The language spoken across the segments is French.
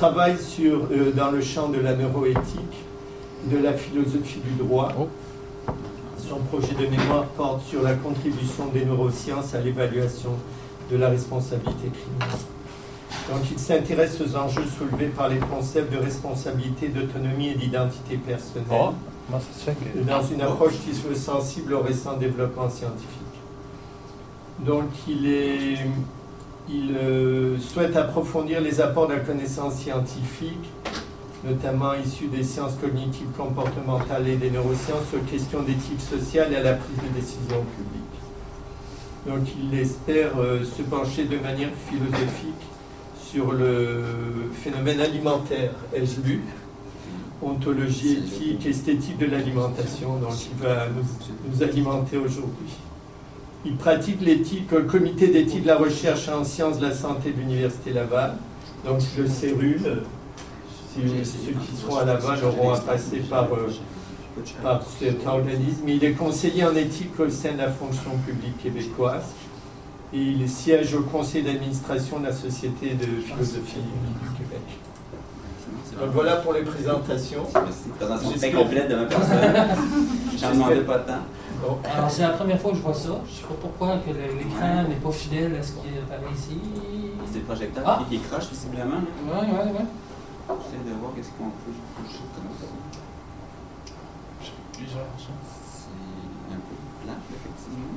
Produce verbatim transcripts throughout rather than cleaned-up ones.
travaille sur, euh, dans le champ de la neuroéthique, de la philosophie du droit. Oh. Son projet de mémoire porte sur la contribution des neurosciences à l'évaluation de la responsabilité criminelle. Donc il s'intéresse aux enjeux soulevés par les concepts de responsabilité, d'autonomie et d'identité personnelle, Oh. Comment ça se fait que... dans une approche qui se veut sensible au récent développement scientifique. Donc il, est, il euh, souhaite approfondir les apports de la connaissance scientifique, notamment issus des sciences cognitives comportementales et des neurosciences, aux questions d'éthique sociale et à la prise de décision publique. Donc il espère euh, se pencher de manière philosophique sur le phénomène alimentaire, ai-je lu, ontologie éthique, esthétique de l'alimentation, donc il va nous, nous alimenter aujourd'hui. Il pratique l'éthique au comité d'éthique de la recherche en sciences de la santé de l'Université Laval, donc le CERUL. Si, ceux qui seront à Laval auront à passer par, euh, par cet organisme. Il est conseiller en éthique au sein de la fonction publique québécoise et il siège au conseil d'administration de la Société de philosophie du Québec. Donc voilà pour les présentations. C'est une présentation très complète de ma personne. J'en demandais pas de temps. Bon. Alors, c'est la première fois que je vois ça. Je ne sais pas pourquoi que l'écran Ouais. n'est pas fidèle à ce qui apparaît ici. C'est le projecteur Ah. qui croche visiblement. là. Oui, oui, oui. J'essaie de voir qu'est-ce qu'on peut bouger comme ça. Plusieurs options. C'est un peu plat, effectivement.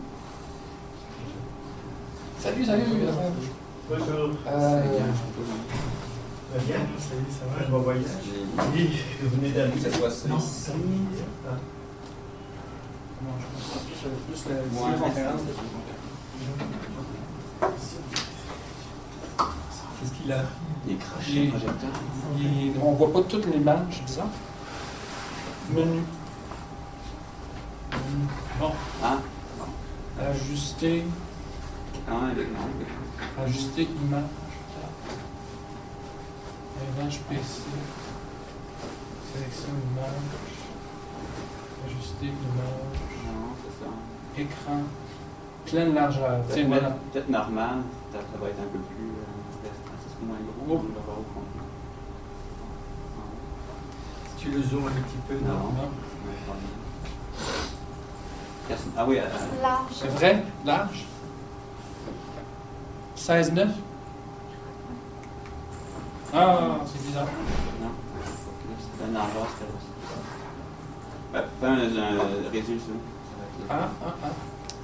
Salut, salut. Bonjour. Euh, Bien, salut, ça va? Bon voyage. Oui, vous venez Que d'arriver. ce soit ça Non, ici. Ah. plus le Ouais, conférence. Qu'est-ce qu'il a? Il est croché, Il- le projecteur. Il- on ne voit pas toute l'image, disons. Menu. Bon, Ah, ajuster, ah, avec non. ajuster image. Image P C. Sélection image. Ajuster image. Non, c'est ça. Écran. Pleine largeur. Tiens, Peut-être voilà. peut-être normal, ça ça va être un peu plus euh, restreint, ça serait moins gros, Oh. on va voir au complet. Si tu le zoomes un petit peu, non? Non. Non. Ouais, pas bien. Personne- Ah oui, euh, Large. C'est vrai? Large? seize neuf? Ah, c'est bizarre. non. C'est un largeur, c'est là. Ben, fais un, un résolution. Ça va être là. Ah, ah, ah.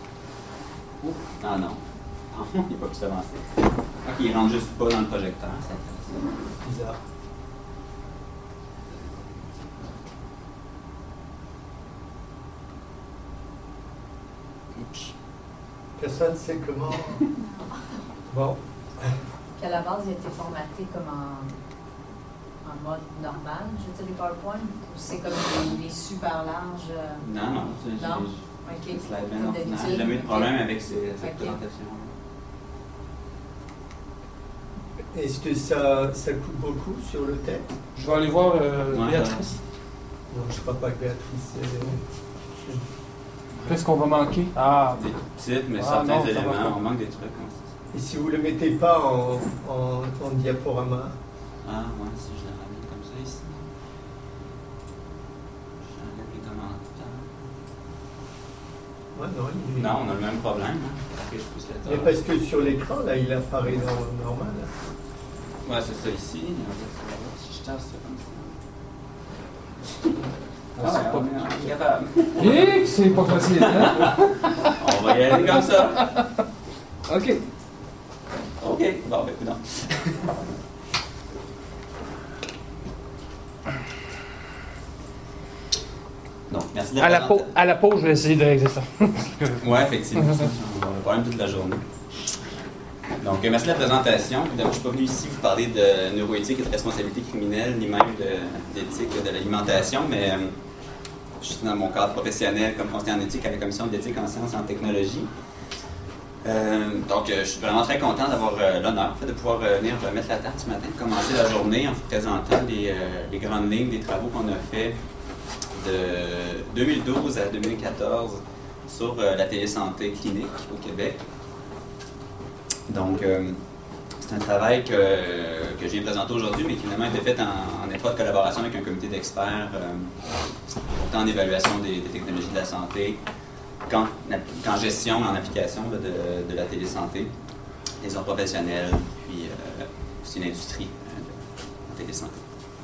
Ah non. Ah, il n'est pas plus avancé. Ok, il rentre juste pas dans le projecteur. C'est intéressant. Bizarre. Oups. Personne ne sait comment. Bon. Qu'à la base, il a été formaté comme en, en mode normal, je veux dire, les PowerPoint, ou c'est comme les, les super larges. euh, Non, non, c'est j'ai- Non? j'ai- Ok. slide bien Comme ordinaire. d'habitude. J'ai jamais eu de problème avec ces- cette Ok. présentation. Est-ce que ça, ça coupe beaucoup sur le texte? Je vais aller voir euh, Ouais, Béatrice. Non, je ne crois pas que Béatrice. euh, Qu'est-ce qu'on va manquer? Ah, Des petites, mais Ah, certains non, ça va éléments, pas. on manque des trucs. Hein. Et si vous ne le mettez pas en, en, en diaporama? Ah, ouais, si je le ramène comme ça ici. J'enlève les commentaires. Ouais, non, il est- Non, on a le même problème. Hein. Ok, je pousse le Mais temps. parce que sur l'écran, là, il apparaît nor- normal. Ouais, c'est ça ici. Si je tasse ça comme ça. Ah, c'est ouais, pas- on est- on est capable. et c'est pas facile, hein? On va y aller comme ça. OK. OK. Bon, ben, écoute. Donc, merci de la À la, pau- présentation. à la pause, je vais essayer de régler ça. Oui, effectivement. On a un problème toute la journée. Donc, euh, merci de la présentation. Évidemment, je ne suis pas venu ici vous parler de neuroéthique et de responsabilité criminelle, ni même de- d'éthique de, l'alimentation, mais euh, je suis dans mon cadre professionnel comme conseiller en éthique à la Commission d'éthique en sciences et en technologie. Euh, donc, euh, je suis vraiment très content d'avoir euh, l'honneur en fait, de pouvoir euh, venir euh, mettre la table ce matin, commencer la journée en vous présentant les, euh, les grandes lignes des travaux qu'on a fait de deux mille douze à deux mille quatorze sur euh, la télésanté clinique au Québec. Donc, euh, c'est c'est un travail que, que je viens présenter aujourd'hui, mais qui finalement a été fait en, en étroite collaboration avec un comité d'experts, euh, autant en évaluation des, des technologies de la santé qu'en, qu'en gestion, en application là, de, de la télésanté, les ordres professionnels, puis euh, aussi l'industrie euh, de la télésanté.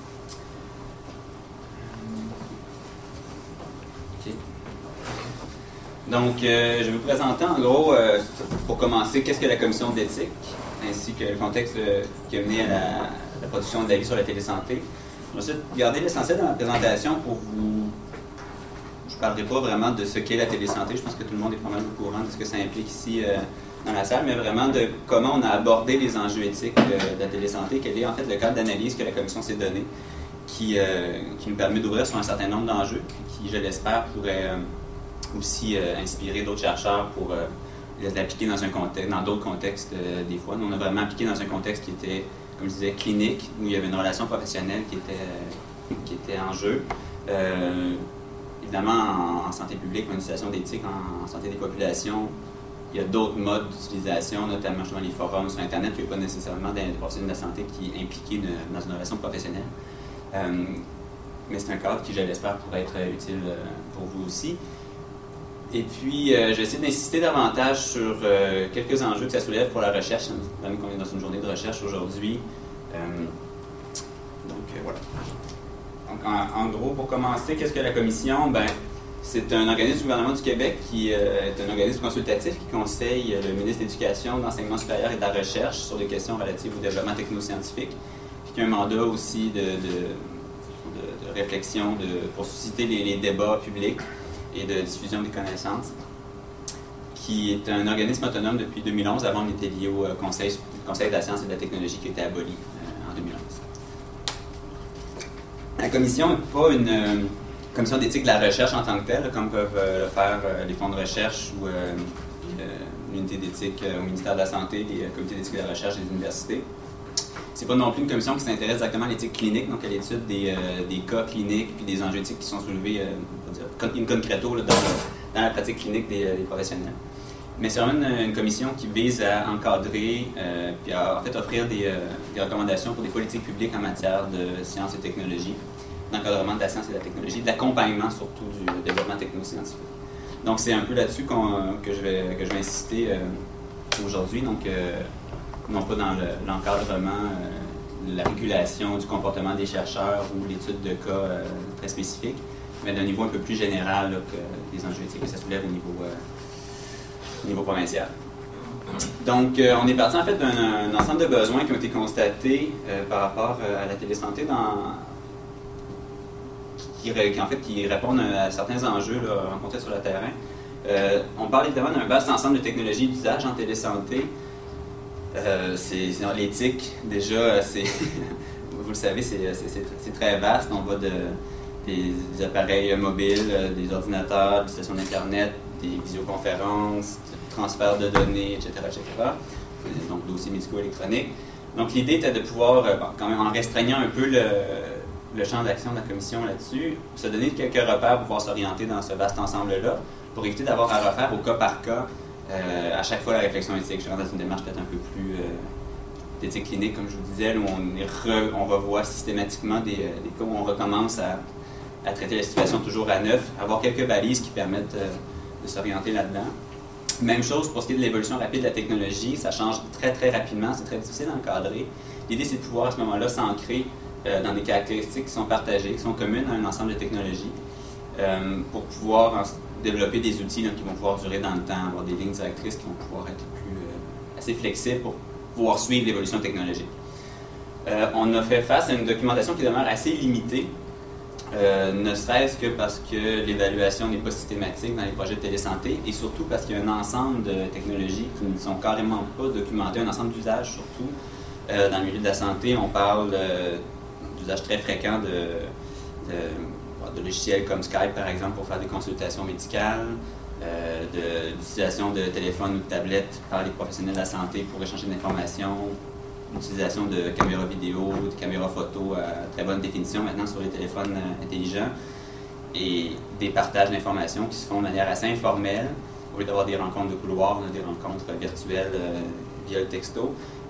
Okay. Donc, euh, je vais vous présenter en gros, euh, pour commencer, qu'est-ce que la commission d'éthique, ainsi que le contexte euh, qui a mené à la, la production de l'avis sur la télésanté. Je vais ensuite garder l'essentiel dans ma présentation pour vous... Je ne parlerai pas vraiment de ce qu'est la télésanté, je pense que tout le monde est probablement au courant de ce que ça implique ici euh, dans la salle, mais vraiment de comment on a abordé les enjeux éthiques de, de la télésanté, quel est en fait le cadre d'analyse que la commission s'est donné, qui, euh, qui nous permet d'ouvrir sur un certain nombre d'enjeux, qui, je l'espère, pourrait... Euh, aussi euh, inspirer d'autres chercheurs pour euh, l'appliquer dans un contexte, dans d'autres contextes euh, des fois. Nous, on a vraiment appliqué dans un contexte qui était, comme je disais, clinique, où il y avait une relation professionnelle qui était, euh, qui était en jeu. Euh, évidemment, en, en santé publique, en utilisation d'éthique, en, en santé des populations, il y a d'autres modes d'utilisation, notamment justement les forums sur Internet, qui n'y a pas nécessairement des professionnels de la santé qui est impliqué de, dans une relation professionnelle. Euh, mais c'est un cadre qui, je l'espère, pourrait être utile euh, pour vous aussi. Et puis, euh, je vais essayer d'insister davantage sur euh, quelques enjeux que ça soulève pour la recherche, même qu'on est dans une journée de recherche aujourd'hui. Euh, donc, euh, voilà. Donc, en, en gros, pour commencer, qu'est-ce que la commission? Ben, c'est un organisme du gouvernement du Québec qui euh, est un organisme consultatif qui conseille le ministre de l'Éducation, de l'Enseignement supérieur et de la Recherche sur des questions relatives au développement technoscientifique, puis qui a un mandat aussi de, de, de, de réflexion de, pour susciter les, les débats publics et de diffusion des connaissances, qui est un organisme autonome depuis deux mille onze. Avant, on était lié au Conseil, Conseil de la science et de la technologie qui a été aboli euh, en deux mille onze. La commission n'est pas une euh, commission d'éthique de la recherche en tant que telle, comme peuvent euh, le faire euh, les fonds de recherche ou euh, euh, l'unité d'éthique euh, au ministère de la Santé, les euh, comités d'éthique de la recherche des universités. C'est pas non plus une commission qui s'intéresse directement à l'éthique clinique, donc à l'étude des, euh, des cas cliniques puis des enjeux éthiques qui sont soulevés euh, in concreto là, dans, le, dans la pratique clinique des, des professionnels. Mais c'est vraiment une, une commission qui vise à encadrer euh, puis à en fait offrir des, euh, des recommandations pour des politiques publiques en matière de sciences et technologies, d'encadrement de la science et de la technologie, d'accompagnement surtout du développement technoscientifique. Donc c'est un peu là-dessus qu'on, que, je vais, que je vais insister euh, aujourd'hui. Donc, euh, non pas dans le, l'encadrement, euh, la régulation du comportement des chercheurs ou l'étude de cas euh, très spécifiques, mais d'un niveau un peu plus général là, que les enjeux éthiques que ça soulève au niveau, euh, au niveau provincial. Donc, euh, on est parti en fait d'un ensemble de besoins qui ont été constatés euh, par rapport euh, à la télésanté dans, qui, qui, en fait, qui répondent à certains enjeux là, rencontrés sur le terrain. Euh, on parle évidemment d'un vaste ensemble de technologies d'usage en télésanté. Euh, c'est, c'est l'éthique, déjà, c'est, vous le savez, c'est, c'est, c'est, c'est très vaste. On va de, des, des appareils mobiles, des ordinateurs, des stations d'Internet, des visioconférences, du transfert de données, et cetera, et cetera. Donc, dossiers médicaux électroniques. Donc, l'idée était de pouvoir, bon, quand même en restreignant un peu le, le champ d'action de la commission là-dessus, se donner quelques repères pour pouvoir s'orienter dans ce vaste ensemble-là, pour éviter d'avoir à refaire au cas par cas Euh, à chaque fois la réflexion éthique. Je rentre dans une démarche peut-être un peu plus euh, d'éthique clinique, comme je vous disais, où on, est re, on revoit systématiquement des, des cas où on recommence à, à traiter la situation toujours à neuf, avoir quelques balises qui permettent euh, de s'orienter là-dedans. Même chose pour ce qui est de l'évolution rapide de la technologie, ça change très très rapidement, c'est très difficile à encadrer. L'idée c'est de pouvoir à ce moment-là s'ancrer euh, dans des caractéristiques qui sont partagées, qui sont communes à un ensemble de technologies, euh, pour pouvoir en, développer des outils là, qui vont pouvoir durer dans le temps, avoir des lignes directrices qui vont pouvoir être plus, euh, assez flexibles pour pouvoir suivre l'évolution technologique. Euh, on a fait face à une documentation qui demeure assez limitée, euh, ne serait-ce que parce que l'évaluation n'est pas systématique dans les projets de télésanté et surtout parce qu'il y a un ensemble de technologies qui ne sont carrément pas documentées, un ensemble d'usages surtout. Euh, dans le milieu de la santé, on parle euh, d'usages très fréquents de, de de logiciels comme Skype, par exemple, pour faire des consultations médicales, euh, de l'utilisation de téléphones ou de tablettes par les professionnels de la santé pour échanger de l'information, l'utilisation de caméras vidéo, de caméras photo à très bonne définition maintenant sur les téléphones euh, intelligents, et des partages d'informations qui se font de manière assez informelle, au lieu d'avoir des rencontres de couloir, on a des rencontres virtuelles euh, via le texto.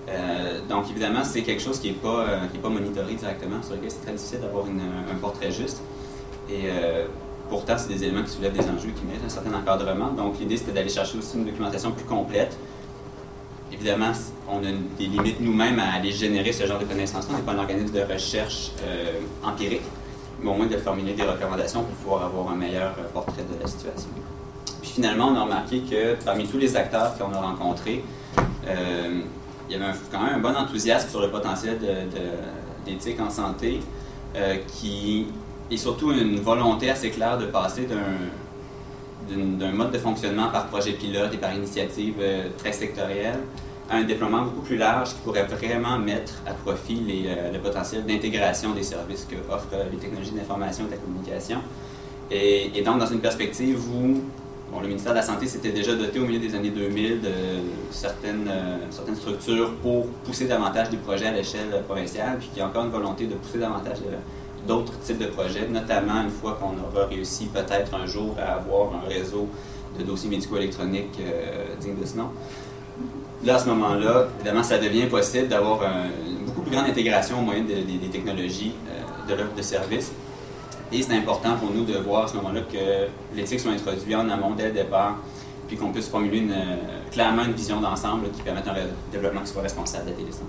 Euh, donc, évidemment, c'est quelque chose qui n'est pas, euh, qui est pas monitoré directement, sur lequel c'est très difficile d'avoir une, un portrait juste. Et euh, pourtant, c'est des éléments qui soulèvent des enjeux qui méritent un certain encadrement. Donc, l'idée, c'était d'aller chercher aussi une documentation plus complète. Évidemment, on a des limites nous-mêmes à aller générer ce genre de connaissances. On n'est pas un organisme de recherche euh, empirique, mais au moins de formuler des recommandations pour pouvoir avoir un meilleur portrait de la situation. Puis finalement, on a remarqué que parmi tous les acteurs qu'on a rencontrés, euh, il y avait un, quand même un bon enthousiasme sur le potentiel de, de, d'éthique en santé, euh, qui, et surtout une volonté assez claire de passer d'un, d'un mode de fonctionnement par projet pilote et par initiative euh, très sectorielle à un déploiement beaucoup plus large qui pourrait vraiment mettre à profit les, euh, le potentiel d'intégration des services que offrent euh, les technologies de l'information et de la communication. Et, et donc, dans une perspective où bon, le ministère de la Santé s'était déjà doté au milieu des années deux mille de certaines, euh, certaines structures pour pousser davantage des projets à l'échelle provinciale, puis qu'il y a encore une volonté de pousser davantage de, d'autres types de projets, notamment une fois qu'on aura réussi peut-être un jour à avoir un réseau de dossiers médicaux électroniques euh, digne de ce nom. Là, à ce moment-là, évidemment, ça devient possible d'avoir un, une beaucoup plus grande intégration au moyen de, de, des technologies euh, de l'offre de services. Et c'est important pour nous de voir à ce moment-là que l'éthique soit introduite en amont dès le départ, puis qu'on puisse formuler une, clairement une vision d'ensemble qui permette un développement qui soit responsable de la télésanté.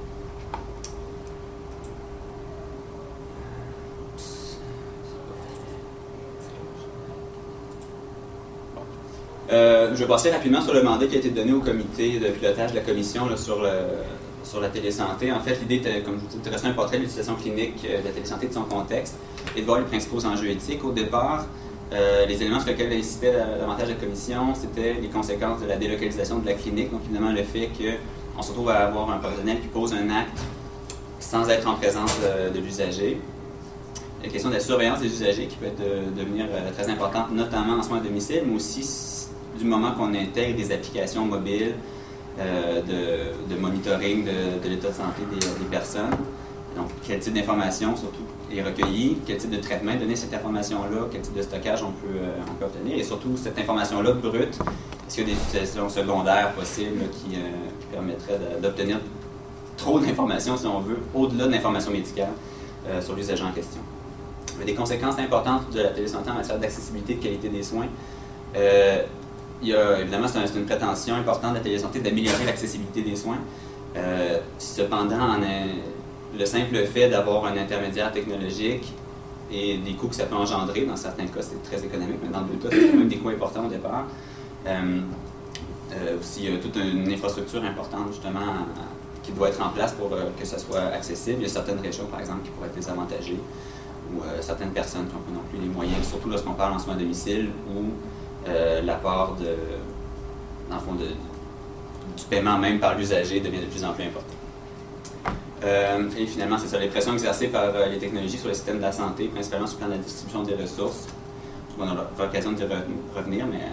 Euh, je vais passer rapidement sur le mandat qui a été donné au comité de pilotage de la commission là, sur, le, sur la télésanté. En fait, l'idée était, comme je vous dis, de dresser un portrait de l'utilisation clinique de la télésanté de son contexte et de voir les principaux enjeux éthiques. Au départ, euh, les éléments sur lesquels incitait davantage la commission, c'était les conséquences de la délocalisation de la clinique. Donc, évidemment, le fait qu'on se retrouve à avoir un professionnel qui pose un acte sans être en présence de, de l'usager. La question de la surveillance des usagers qui peut être de, devenir euh, très importante, notamment en soins à domicile, mais aussi du moment qu'on intègre des applications mobiles euh, de, de monitoring de, de l'état de santé des, des personnes. Donc, quel type d'information surtout est recueilli, quel type de traitement est donné cette information-là, quel type de stockage on peut, euh, on peut obtenir, et surtout cette information-là brute, est-ce qu'il y a des utilisations secondaires possibles là, qui, euh, qui permettraient de, d'obtenir trop d'informations, si on veut, au-delà de l'information médicale euh, sur l'usager en question. Il y a des conséquences importantes de la télésanté en matière d'accessibilité et de qualité des soins. Euh, Il y a, évidemment, c'est, un, c'est une prétention importante de la télésanté d'améliorer l'accessibilité des soins. Euh, cependant, en un, le simple fait d'avoir un intermédiaire technologique et des coûts que ça peut engendrer, dans certains cas, c'est très économique, mais dans d'autres cas, c'est quand même des coûts importants au départ. Euh, euh, aussi, il y a toute une infrastructure importante, justement, à, qui doit être en place pour euh, que ça soit accessible. Il y a certaines régions, par exemple, qui pourraient être désavantagées, ou euh, certaines personnes qui n'ont pas non plus les moyens, surtout lorsqu'on parle en soins à domicile, ou Euh, l'apport de, dans le fond, de, du paiement même par l'usager devient de plus en plus important. Euh, et finalement, c'est ça, les pressions exercées par euh, les technologies sur le système de la santé, principalement sur le plan de la distribution des ressources. On aura l'occasion de revenir, mais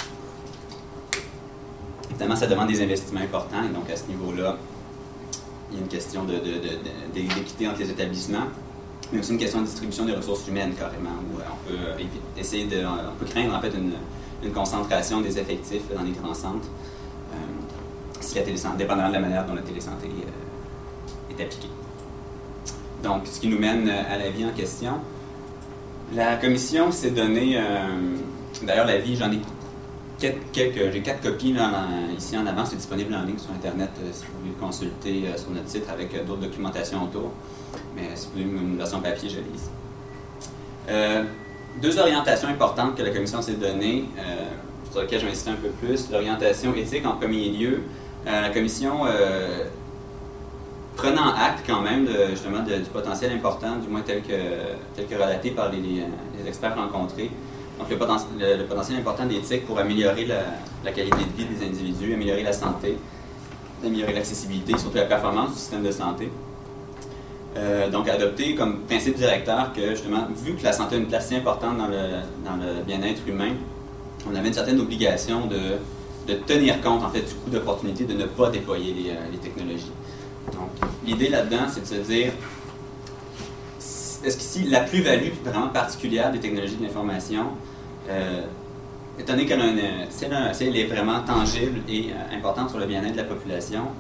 évidemment, ça demande des investissements importants, et donc à ce niveau-là, il y a une question de, de, de, de, d'équité entre les établissements, mais aussi une question de distribution des ressources humaines, carrément, où on peut euh, essayer de, on peut craindre en fait une, une concentration des effectifs dans les grands centres, euh, si la télésanté, dépendamment de la manière dont la télésanté euh, est appliquée. Donc, ce qui nous mène à l'avis en question. La commission s'est donné, euh, d'ailleurs l'avis, j'en ai quelques, j'ai quatre copies là, en, ici en avant, c'est disponible en ligne sur Internet euh, si vous voulez le consulter euh, sur notre site avec euh, d'autres documentations autour. Mais si vous voulez une version papier, je lise. Euh, deux orientations importantes que la commission s'est données, euh, sur lesquelles je vais insister un peu plus. L'orientation éthique en premier lieu. Euh, la commission, euh, prenant acte quand même de, justement de, du potentiel important, du moins tel que, tel que relaté par les, les, les experts rencontrés. Donc le, poten, le, le potentiel important d'éthique pour améliorer la, la qualité de vie des individus, améliorer la santé, améliorer l'accessibilité, surtout la performance du système de santé. Euh, donc, adopter comme principe directeur que, justement, vu que la santé a une place si importante dans le, dans le bien-être humain, on avait une certaine obligation de, de tenir compte, en fait, du coût d'opportunité de ne pas déployer les, euh, les technologies. Donc, l'idée là-dedans, c'est de se dire, est-ce qu'ici, la plus-value vraiment particulière des technologies de l'information, euh, étant donné qu'elle a une, si elle est vraiment tangible et euh, importante sur le bien-être de la population,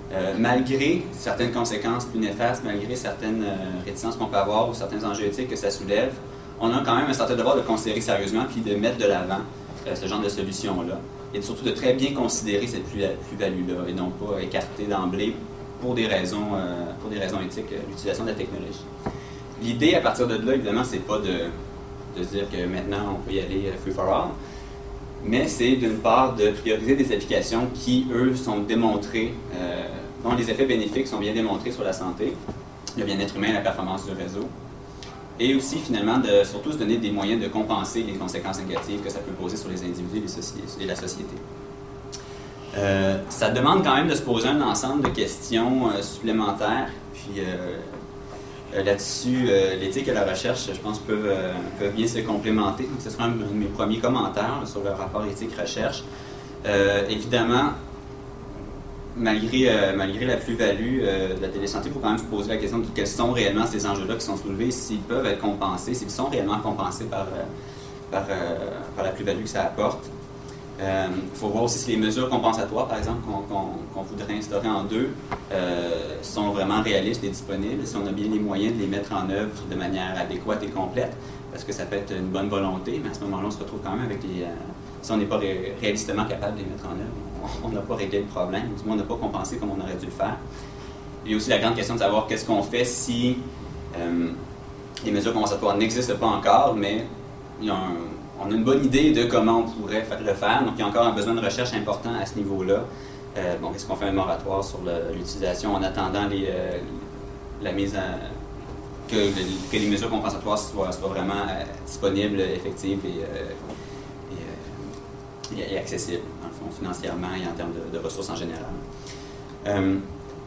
Euh, malgré certaines conséquences plus néfastes, malgré certaines euh, réticences qu'on peut avoir ou certains enjeux éthiques que ça soulève, on a quand même un certain devoir de considérer sérieusement puis de mettre de l'avant euh, ce genre de solution-là et surtout de très bien considérer cette plus-value-là et non pas écarter d'emblée pour des raisons, euh, pour des raisons éthiques euh, l'utilisation de la technologie. L'idée à partir de là, évidemment, c'est pas de, de dire que maintenant on peut y aller free for all, mais c'est d'une part de prioriser des applications qui, eux, sont démontrées, euh, dont les effets bénéfiques sont bien démontrés sur la santé, le bien-être humain, la performance du réseau, et aussi finalement de surtout se donner des moyens de compenser les conséquences négatives que ça peut poser sur les individus et, les soci- et la société. Euh, ça demande quand même de se poser un ensemble de questions euh, supplémentaires, puis euh, euh, là-dessus, euh, l'éthique et la recherche, je pense, peuvent, euh, peuvent bien se complémenter. Donc, ce sera un de mes premiers commentaires là, sur le rapport éthique-recherche. Euh, évidemment, malgré, euh, malgré la plus-value euh, de la télésanté, il faut quand même se poser la question de quels sont réellement ces enjeux-là qui sont soulevés, s'ils peuvent être compensés, s'ils sont réellement compensés par, euh, par, euh, par la plus-value que ça apporte. Il euh, faut voir aussi si les mesures compensatoires, par exemple, qu'on qu'on, qu'on voudrait instaurer en deux, euh, sont vraiment réalistes et disponibles, si on a bien les moyens de les mettre en œuvre de manière adéquate et complète, parce que ça peut être une bonne volonté, mais à ce moment-là, on se retrouve quand même avec les... Euh, si on n'est pas ré réalistement capable de les mettre en œuvre, on n'a pas réglé le problème, du moins on n'a pas compensé comme on aurait dû le faire. Il y a aussi la grande question de savoir qu'est-ce qu'on fait si euh, les mesures compensatoires n'existent pas encore, mais il y a un... on a une bonne idée de comment on pourrait faire le faire, donc il y a encore un besoin de recherche important à ce niveau-là. Euh, bon, est-ce qu'on fait un moratoire sur l'utilisation en attendant les, euh, la mise à, que, que les mesures compensatoires soient, soient vraiment euh, disponibles, effectives et, euh, et, euh, et, et accessibles, dans le fond, financièrement et en termes de, de ressources en général. Euh,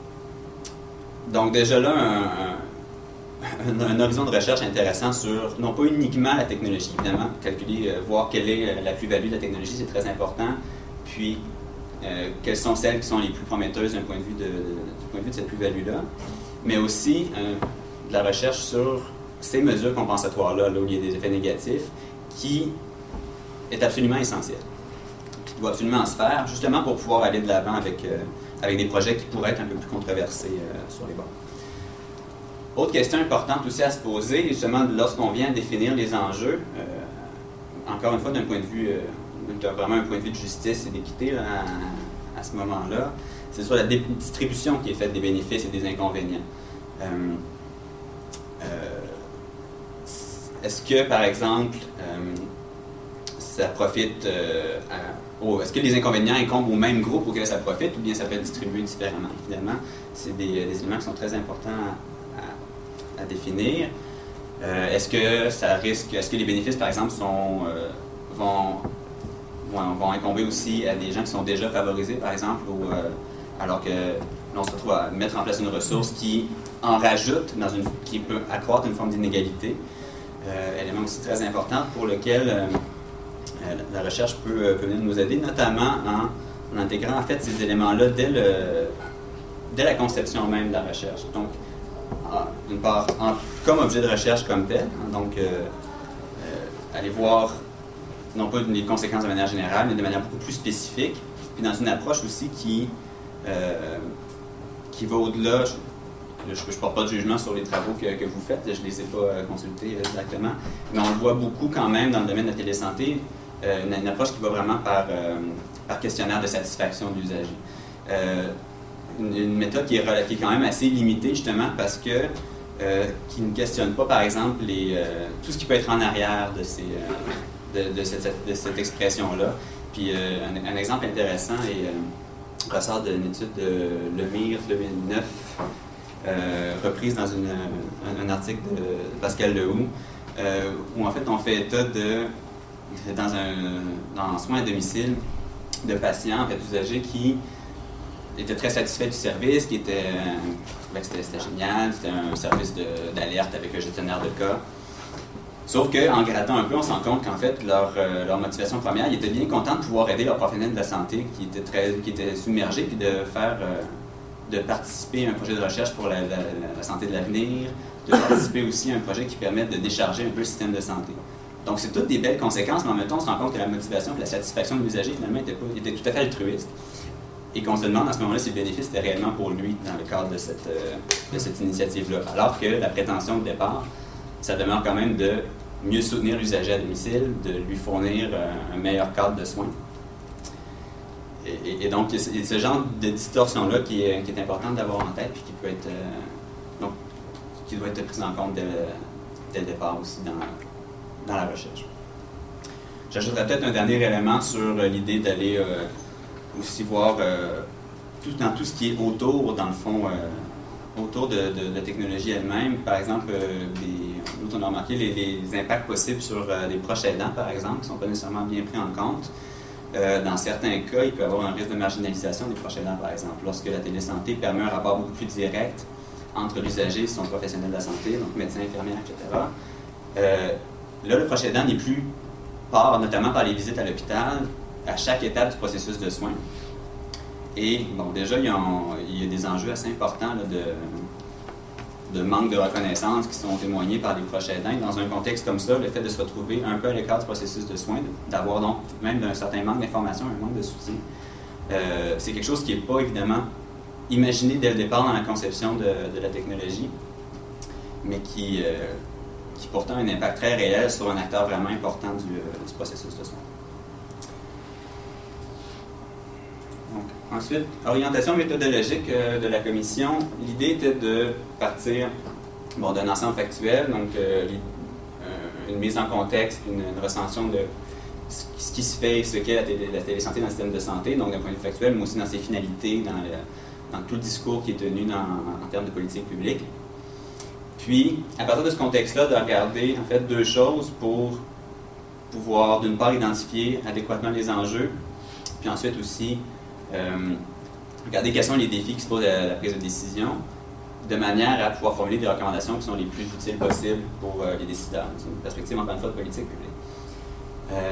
donc déjà là, un, un Un, un horizon de recherche intéressant sur, non pas uniquement la technologie, évidemment, calculer, euh, voir quelle est euh, la plus-value de la technologie, c'est très important, puis euh, quelles sont celles qui sont les plus prometteuses d'un point de vue de, de, du point de vue de cette plus-value-là, mais aussi euh, de la recherche sur ces mesures compensatoires-là, là où il y a des effets négatifs, qui est absolument essentielle, qui doit absolument se faire, justement pour pouvoir aller de l'avant avec, euh, avec des projets qui pourraient être un peu plus controversés euh, sur les bords. Autre question importante aussi à se poser, justement, lorsqu'on vient définir les enjeux, euh, encore une fois, d'un point de vue, euh, vraiment un point de vue de justice et d'équité à, à ce moment-là, c'est sur la distribution qui est faite des bénéfices et des inconvénients. Euh, euh, est-ce que, par exemple, euh, ça profite euh, à, oh, est-ce que les inconvénients incombent au même groupe auquel ça profite, ou bien ça peut être distribué différemment? Évidemment, c'est des, des éléments qui sont très importants à, à définir. Euh, est-ce que ça risque, est-ce que les bénéfices, par exemple, sont, euh, vont, vont, vont incomber aussi à des gens qui sont déjà favorisés, par exemple, ou, euh, alors que l'on se retrouve à mettre en place une ressource qui en rajoute, dans une, qui peut accroître une forme d'inégalité. Euh, élément aussi très important pour lequel euh, la recherche peut, peut venir nous aider, notamment en, en intégrant en fait ces éléments-là dès, le, dès la conception même de la recherche. Donc, d'une part, en, comme objet de recherche comme tel, hein, donc euh, euh, aller voir non pas les conséquences de manière générale, mais de manière beaucoup plus spécifique, puis dans une approche aussi qui, euh, qui va au-delà. Je ne porte pas de jugement sur les travaux que, que vous faites, je ne les ai pas euh, consultés exactement, mais on le voit beaucoup quand même dans le domaine de la télésanté, euh, une, une approche qui va vraiment par, euh, par questionnaire de satisfaction de l'usager. Euh, une, une méthode qui est, qui est quand même assez limitée justement parce que euh, qui ne questionne pas par exemple les, euh, tout ce qui peut être en arrière de, ces, euh, de, de, cette, de cette expression-là. Puis euh, un, un exemple intéressant est, euh, ressort d'une étude de Lemire deux mille neuf. Euh, reprise dans une, un, un article de Pascal Lehoux, euh, où en fait on fait état de, dans un, dans un soin à domicile, de patients, en fait, usagers qui étaient très satisfaits du service, qui étaient, euh, c'était, c'était génial, c'était un service d'alerte avec un gestionnaire de cas. Sauf qu'en grattant un peu, on se rend compte qu'en fait, leur, euh, leur motivation première, ils étaient bien contents de pouvoir aider leurs professionnels de la santé qui étaient, très, qui étaient submergés, puis de faire... Euh, de participer à un projet de recherche pour la, la, la santé de l'avenir, de participer aussi à un projet qui permette de décharger un peu le système de santé. Donc, c'est toutes des belles conséquences, mais en même temps, on se rend compte que la motivation et la satisfaction de l'usager, finalement, était, pas, était tout à fait altruiste. et qu'on se demande à ce moment-là si le bénéfice était réellement pour lui dans le cadre de cette, euh, de cette initiative-là. Alors que la prétention de départ, ça demeure quand même de mieux soutenir l'usager à domicile, de lui fournir euh, un meilleur cadre de soins. Et, et, et donc, il y a ce genre de distorsion-là qui est, qui est importante d'avoir en tête, puis qui peut être, euh, donc, qui doit être prise en compte dès le, dès le départ aussi dans, dans la recherche. J'ajouterais peut-être un dernier élément sur l'idée d'aller euh, aussi voir euh, tout, dans tout ce qui est autour, dans le fond, euh, autour de, de, de la technologie elle-même. Par exemple, euh, des, nous, on a remarqué les, les impacts possibles sur euh, les proches aidants, par exemple, qui ne sont pas nécessairement bien pris en compte. Euh, dans certains cas, il peut y avoir un risque de marginalisation des proches aidants, par exemple, lorsque la télésanté permet un rapport beaucoup plus direct entre l'usager et son professionnel de la santé, donc médecin, infirmière, et cetera. Euh, là, le proche aidant n'est plus part, notamment par les visites à l'hôpital, à chaque étape du processus de soins. Et, bon, déjà, il y a, il y a des enjeux assez importants là, de, de manque de reconnaissance qui sont témoignés par les proches aidants. Et dans un contexte comme ça, le fait de se retrouver un peu à l'écart du processus de soins, d'avoir donc même un certain manque d'information, un manque de soutien, euh, c'est quelque chose qui n'est pas évidemment imaginé dès le départ dans la conception de, de la technologie, mais qui, euh, qui pourtant a un impact très réel sur un acteur vraiment important du, euh, du processus de soins. Donc, ensuite, orientation méthodologique euh, de la commission. L'idée était de partir bon, d'un ensemble factuel, donc euh, euh, une mise en contexte, une, une recension de ce, ce qui se fait, ce qu'est la, télé, la télésanté dans le système de santé, donc d'un point de vue factuel, mais aussi dans ses finalités, dans, le, dans tout le discours qui est tenu dans, en termes de politique publique. Puis, à partir de ce contexte-là, de regarder en fait deux choses pour pouvoir, d'une part, identifier adéquatement les enjeux, puis ensuite aussi euh, regarder quels sont les défis qui se posent à la prise de décision, de manière à pouvoir formuler des recommandations qui sont les plus utiles possibles pour euh, les décideurs. C'est une perspective, encore une fois, de politique publique. Euh,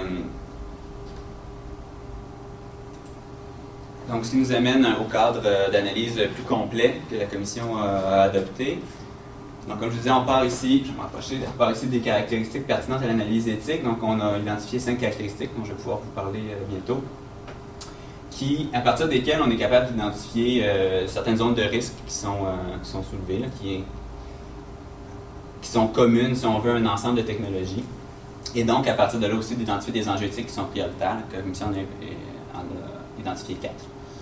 donc, ce qui nous amène au cadre d'analyse plus complet que la Commission a adopté. Donc, comme je vous disais, on part ici, je vais m'approcher, on part ici des caractéristiques pertinentes à l'analyse éthique. Donc, on a identifié cinq caractéristiques dont je vais pouvoir vous parler euh, bientôt, qui, à partir desquelles on est capable d'identifier euh, certaines zones de risque qui sont, euh, qui sont soulevées, là, qui, est, qui sont communes, si on veut, à un ensemble de technologies. Et donc, à partir de là aussi, d'identifier des enjeux éthiques qui sont prioritaires. La Commission en a, en a identifié quatre.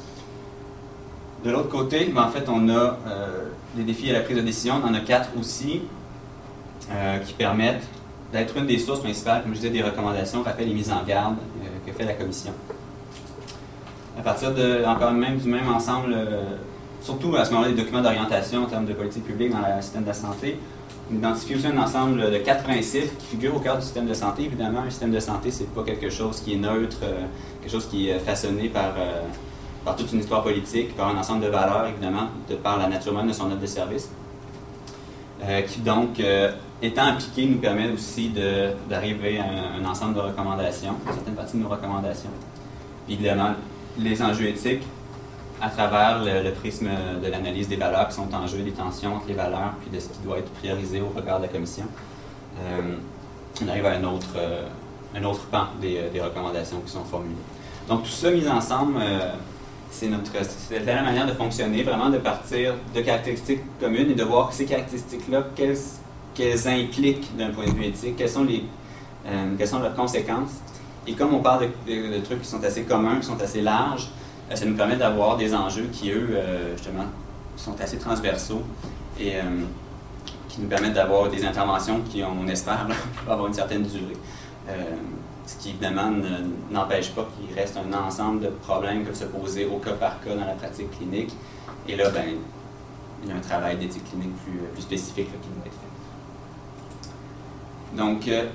De l'autre côté, ben, en fait, on a euh, des défis à la prise de décision. On en a quatre aussi euh, qui permettent d'être une des sources principales, comme je disais, des recommandations, rappels et mises en garde euh, que fait la Commission. À partir de, encore même du même ensemble, euh, surtout à ce moment-là, des documents d'orientation en termes de politique publique dans le système de la santé, on identifie aussi un ensemble de quatre principes qui figurent au cœur du système de santé. Évidemment, un système de santé, c'est pas quelque chose qui est neutre, euh, quelque chose qui est façonné par... Euh, par toute une histoire politique, par un ensemble de valeurs, évidemment, de par la nature même de son offre de service, euh, qui donc, euh, étant appliqué, nous permet aussi d'arriver à un, un ensemble de recommandations, certaines parties de nos recommandations. Puis évidemment, les enjeux éthiques, à travers le, le prisme de l'analyse des valeurs qui sont en jeu, des tensions entre les valeurs, puis de ce qui doit être priorisé au regard de la Commission. Euh, on arrive à un autre, euh, un autre pan des, des recommandations qui sont formulées. Donc tout ça mis ensemble, euh, c'est notre, c'est la manière de fonctionner, vraiment de partir de caractéristiques communes et de voir ces caractéristiques-là, qu'elles, qu'elles impliquent d'un point de vue éthique, quelles sont, les, euh, quelles sont leurs conséquences. Et comme on parle de, de, de trucs qui sont assez communs, qui sont assez larges, euh, ça nous permet d'avoir des enjeux qui, eux, euh, justement, sont assez transversaux et euh, qui nous permettent d'avoir des interventions qui, on espère, vont avoir une certaine durée. Euh, Ce qui, évidemment, n'empêche pas qu'il reste un ensemble de problèmes qui peuvent se poser au cas par cas dans la pratique clinique. Et là, ben, il y a un travail d'éthique clinique plus, plus spécifique là, qui doit être fait. Donc, euh,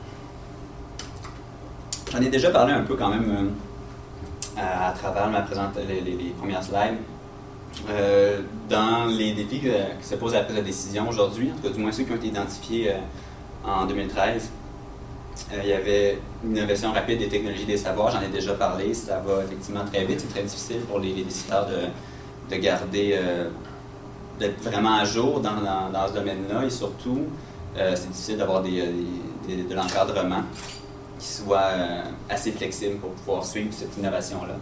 j'en ai déjà parlé un peu quand même euh, à, à travers ma présente, les, les, les premières slides. Euh, dans les défis que, qui se posent à la prise de décision aujourd'hui, en tout cas du moins ceux qui ont été identifiés euh, en deux mille treize, Euh, il y avait une innovation rapide des technologies des savoirs, j'en ai déjà parlé, ça va effectivement très vite, c'est très difficile pour les, les décideurs de, de garder, euh, d'être vraiment à jour dans, dans, dans ce domaine-là et surtout, euh, c'est difficile d'avoir des, des, des, de l'encadrement qui soit euh, assez flexible pour pouvoir suivre cette innovation-là.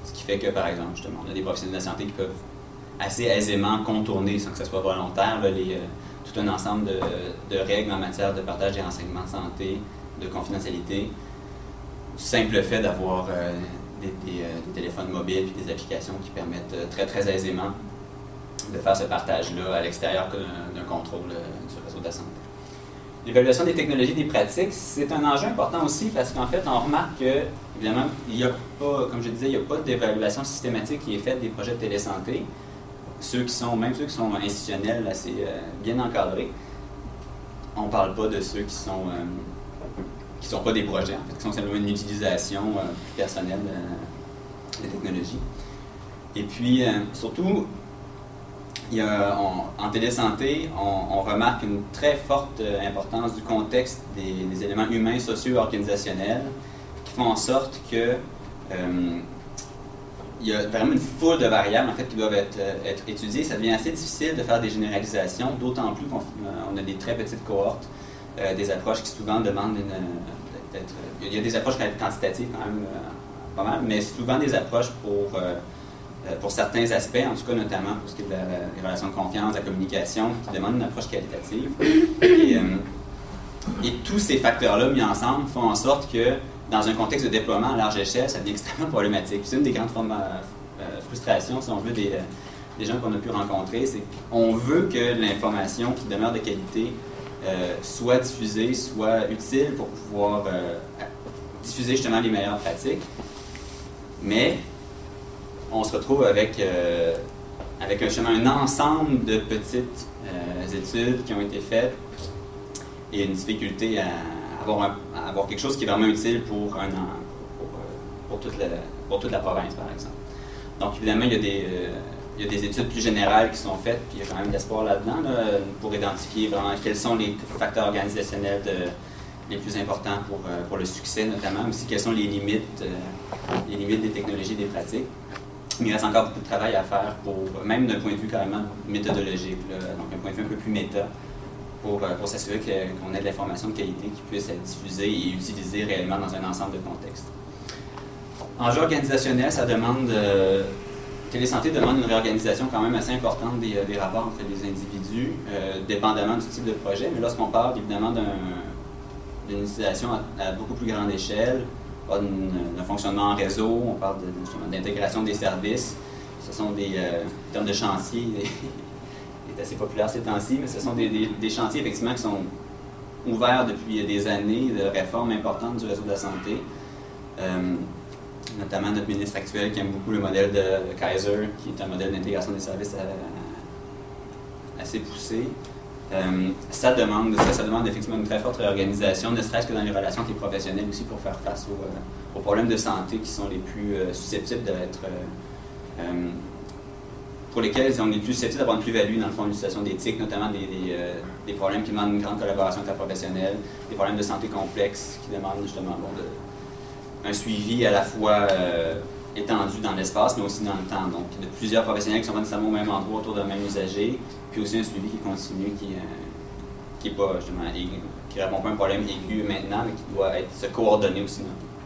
Ce qui fait que, par exemple, justement, on a des professionnels de la santé qui peuvent assez aisément contourner, sans que ce soit volontaire, là, les, euh, tout un ensemble de, de règles en matière de partage des renseignements de santé, de confidentialité, du simple fait d'avoir euh, des, des, euh, des téléphones mobiles et des applications qui permettent euh, très très aisément de faire ce partage-là à l'extérieur d'un contrôle euh, du réseau de la santé. L'évaluation des technologies et des pratiques, c'est un enjeu important aussi parce qu'en fait, on remarque que, évidemment, il n'y a pas, comme je disais, il n'y a pas d'évaluation systématique qui est faite des projets de télésanté. Ceux qui sont, même ceux qui sont institutionnels, assez euh, bien encadrés, on ne parle pas de ceux qui sont euh, qui sont pas des projets, en fait, qui sont simplement une utilisation euh, personnelle euh, des technologies. Et puis, euh, surtout, il y a, on, en télésanté, on, on remarque une très forte euh, importance du contexte des, des éléments humains, sociaux, organisationnels, qui font en sorte que euh, il y a vraiment une foule de variables en fait, qui doivent être, euh, être étudiées. Ça devient assez difficile de faire des généralisations, d'autant plus qu'on on a des très petites cohortes, euh, des approches qui souvent demandent une... Peut-être, il y a des approches quantitatives quand même, euh, pas mal, mais souvent des approches pour, euh, pour certains aspects, en tout cas notamment pour ce qui est de la, les relations de confiance, la communication, qui demandent une approche qualitative. Et, euh, et tous ces facteurs-là mis ensemble font en sorte que dans un contexte de déploiement à large échelle, ça devient extrêmement problématique. C'est une des grandes formes de euh, frustration, si on veut, des, des gens qu'on a pu rencontrer, c'est qu'on veut que l'information qui demeure de qualité euh, soit diffusée, soit utile pour pouvoir euh, diffuser justement les meilleures pratiques. Mais on se retrouve avec, euh, avec justement un ensemble de petites euh, études qui ont été faites et une difficulté à Avoir, un, avoir quelque chose qui est vraiment utile pour, un, pour, pour, toute la, pour toute la province, par exemple. Donc, évidemment, il y a des, euh, il y a des études plus générales qui sont faites, puis il y a quand même de l'espoir là-dedans, là, pour identifier vraiment quels sont les facteurs organisationnels de, les plus importants pour, euh, pour le succès, notamment, aussi quelles sont les limites, euh, les limites des technologies, des pratiques. Mais il reste encore beaucoup de travail à faire, pour, même d'un point de vue carrément méthodologique, là, donc un point de vue un peu plus méta, pour, pour s'assurer qu'on ait de l'information de qualité qui puisse être diffusée et utilisée réellement dans un ensemble de contextes. Enjeu organisationnel, ça demande... Euh, Télésanté demande une réorganisation quand même assez importante des, des rapports entre les individus, euh, dépendamment du type de projet. Mais lorsqu'on parle évidemment d'une utilisation à, à beaucoup plus grande échelle, d'un fonctionnement en réseau, on parle d'intégration de, des services. Ce sont des euh, termes de chantier... est assez populaire ces temps-ci, mais ce sont des, des, des chantiers effectivement qui sont ouverts depuis des années de réformes importantes du réseau de la santé. Euh, notamment notre ministre actuel qui aime beaucoup le modèle de Kaiser, qui est un modèle d'intégration des services à, à, assez poussé. Euh, ça, demande, ça, ça demande effectivement une très forte réorganisation, ne serait-ce que dans les relations avec les professionnels aussi pour faire face aux, euh, aux problèmes de santé qui sont les plus euh, susceptibles d'être... Euh, euh, pour lesquels on est plus susceptible d'avoir une plus-value dans le fond de l'utilisation d'éthique, notamment des, des, euh, des problèmes qui demandent une grande collaboration interprofessionnelle, des problèmes de santé complexes qui demandent justement bon, de, un suivi à la fois euh, étendu dans l'espace, mais aussi dans le temps. Donc, de plusieurs professionnels qui sont pas nécessairement au même endroit autour d'un même usager, puis aussi un suivi qui continue, qui euh, qui est pas justement aigu, qui répond pas à un problème aigu maintenant, mais qui doit être se coordonner aussi.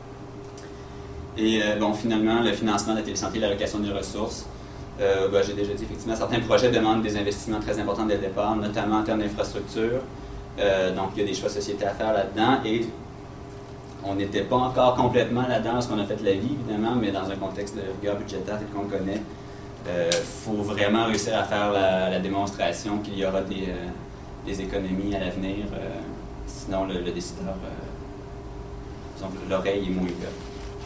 Dans Et euh, bon, finalement, le financement de la télésanté et l'allocation des ressources. Euh, ben, j'ai déjà dit, effectivement, certains projets demandent des investissements très importants dès le départ, notamment en termes d'infrastructure. Euh, donc, il y a des choix de société à faire là-dedans. Et on n'était pas encore complètement là-dedans lorsqu'on a fait la vie, évidemment, mais dans un contexte de rigueur budgétaire tel qu'on le connaît, il euh, faut vraiment réussir à faire la, la démonstration qu'il y aura des, euh, des économies à l'avenir. Euh, sinon, le, le décideur, euh, disons, l'oreille est moins ouverte.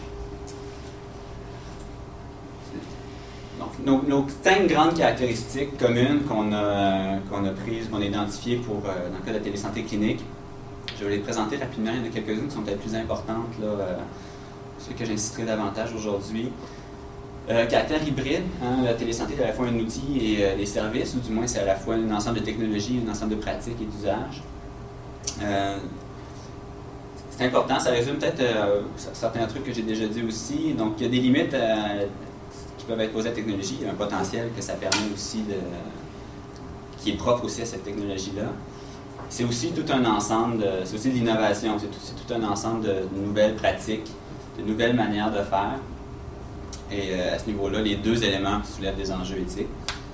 Donc, nos, nos cinq grandes caractéristiques communes qu'on a, qu'on a prises, qu'on a identifiées pour, euh, dans le cas de la télésanté clinique, je vais les présenter rapidement. Il y en a quelques-unes qui sont peut-être plus importantes, là, euh, ceux que j'insisterai davantage aujourd'hui. Euh, caractère hybride, hein, la télésanté est à la fois un outil et euh, des services, ou du moins c'est à la fois un ensemble de technologies, un ensemble de pratiques et d'usages. Euh, c'est important, ça résume peut-être euh, certains trucs que j'ai déjà dit aussi. Donc, il y a des limites à qui peuvent être posées à la technologie, il y a un potentiel que ça permet aussi de... qui est propre aussi à cette technologie-là. C'est aussi tout un ensemble, de... c'est aussi de l'innovation, c'est tout, tout un ensemble de, de nouvelles pratiques, de nouvelles manières de faire. Et euh, à ce niveau-là, les deux éléments soulèvent des enjeux éthiques.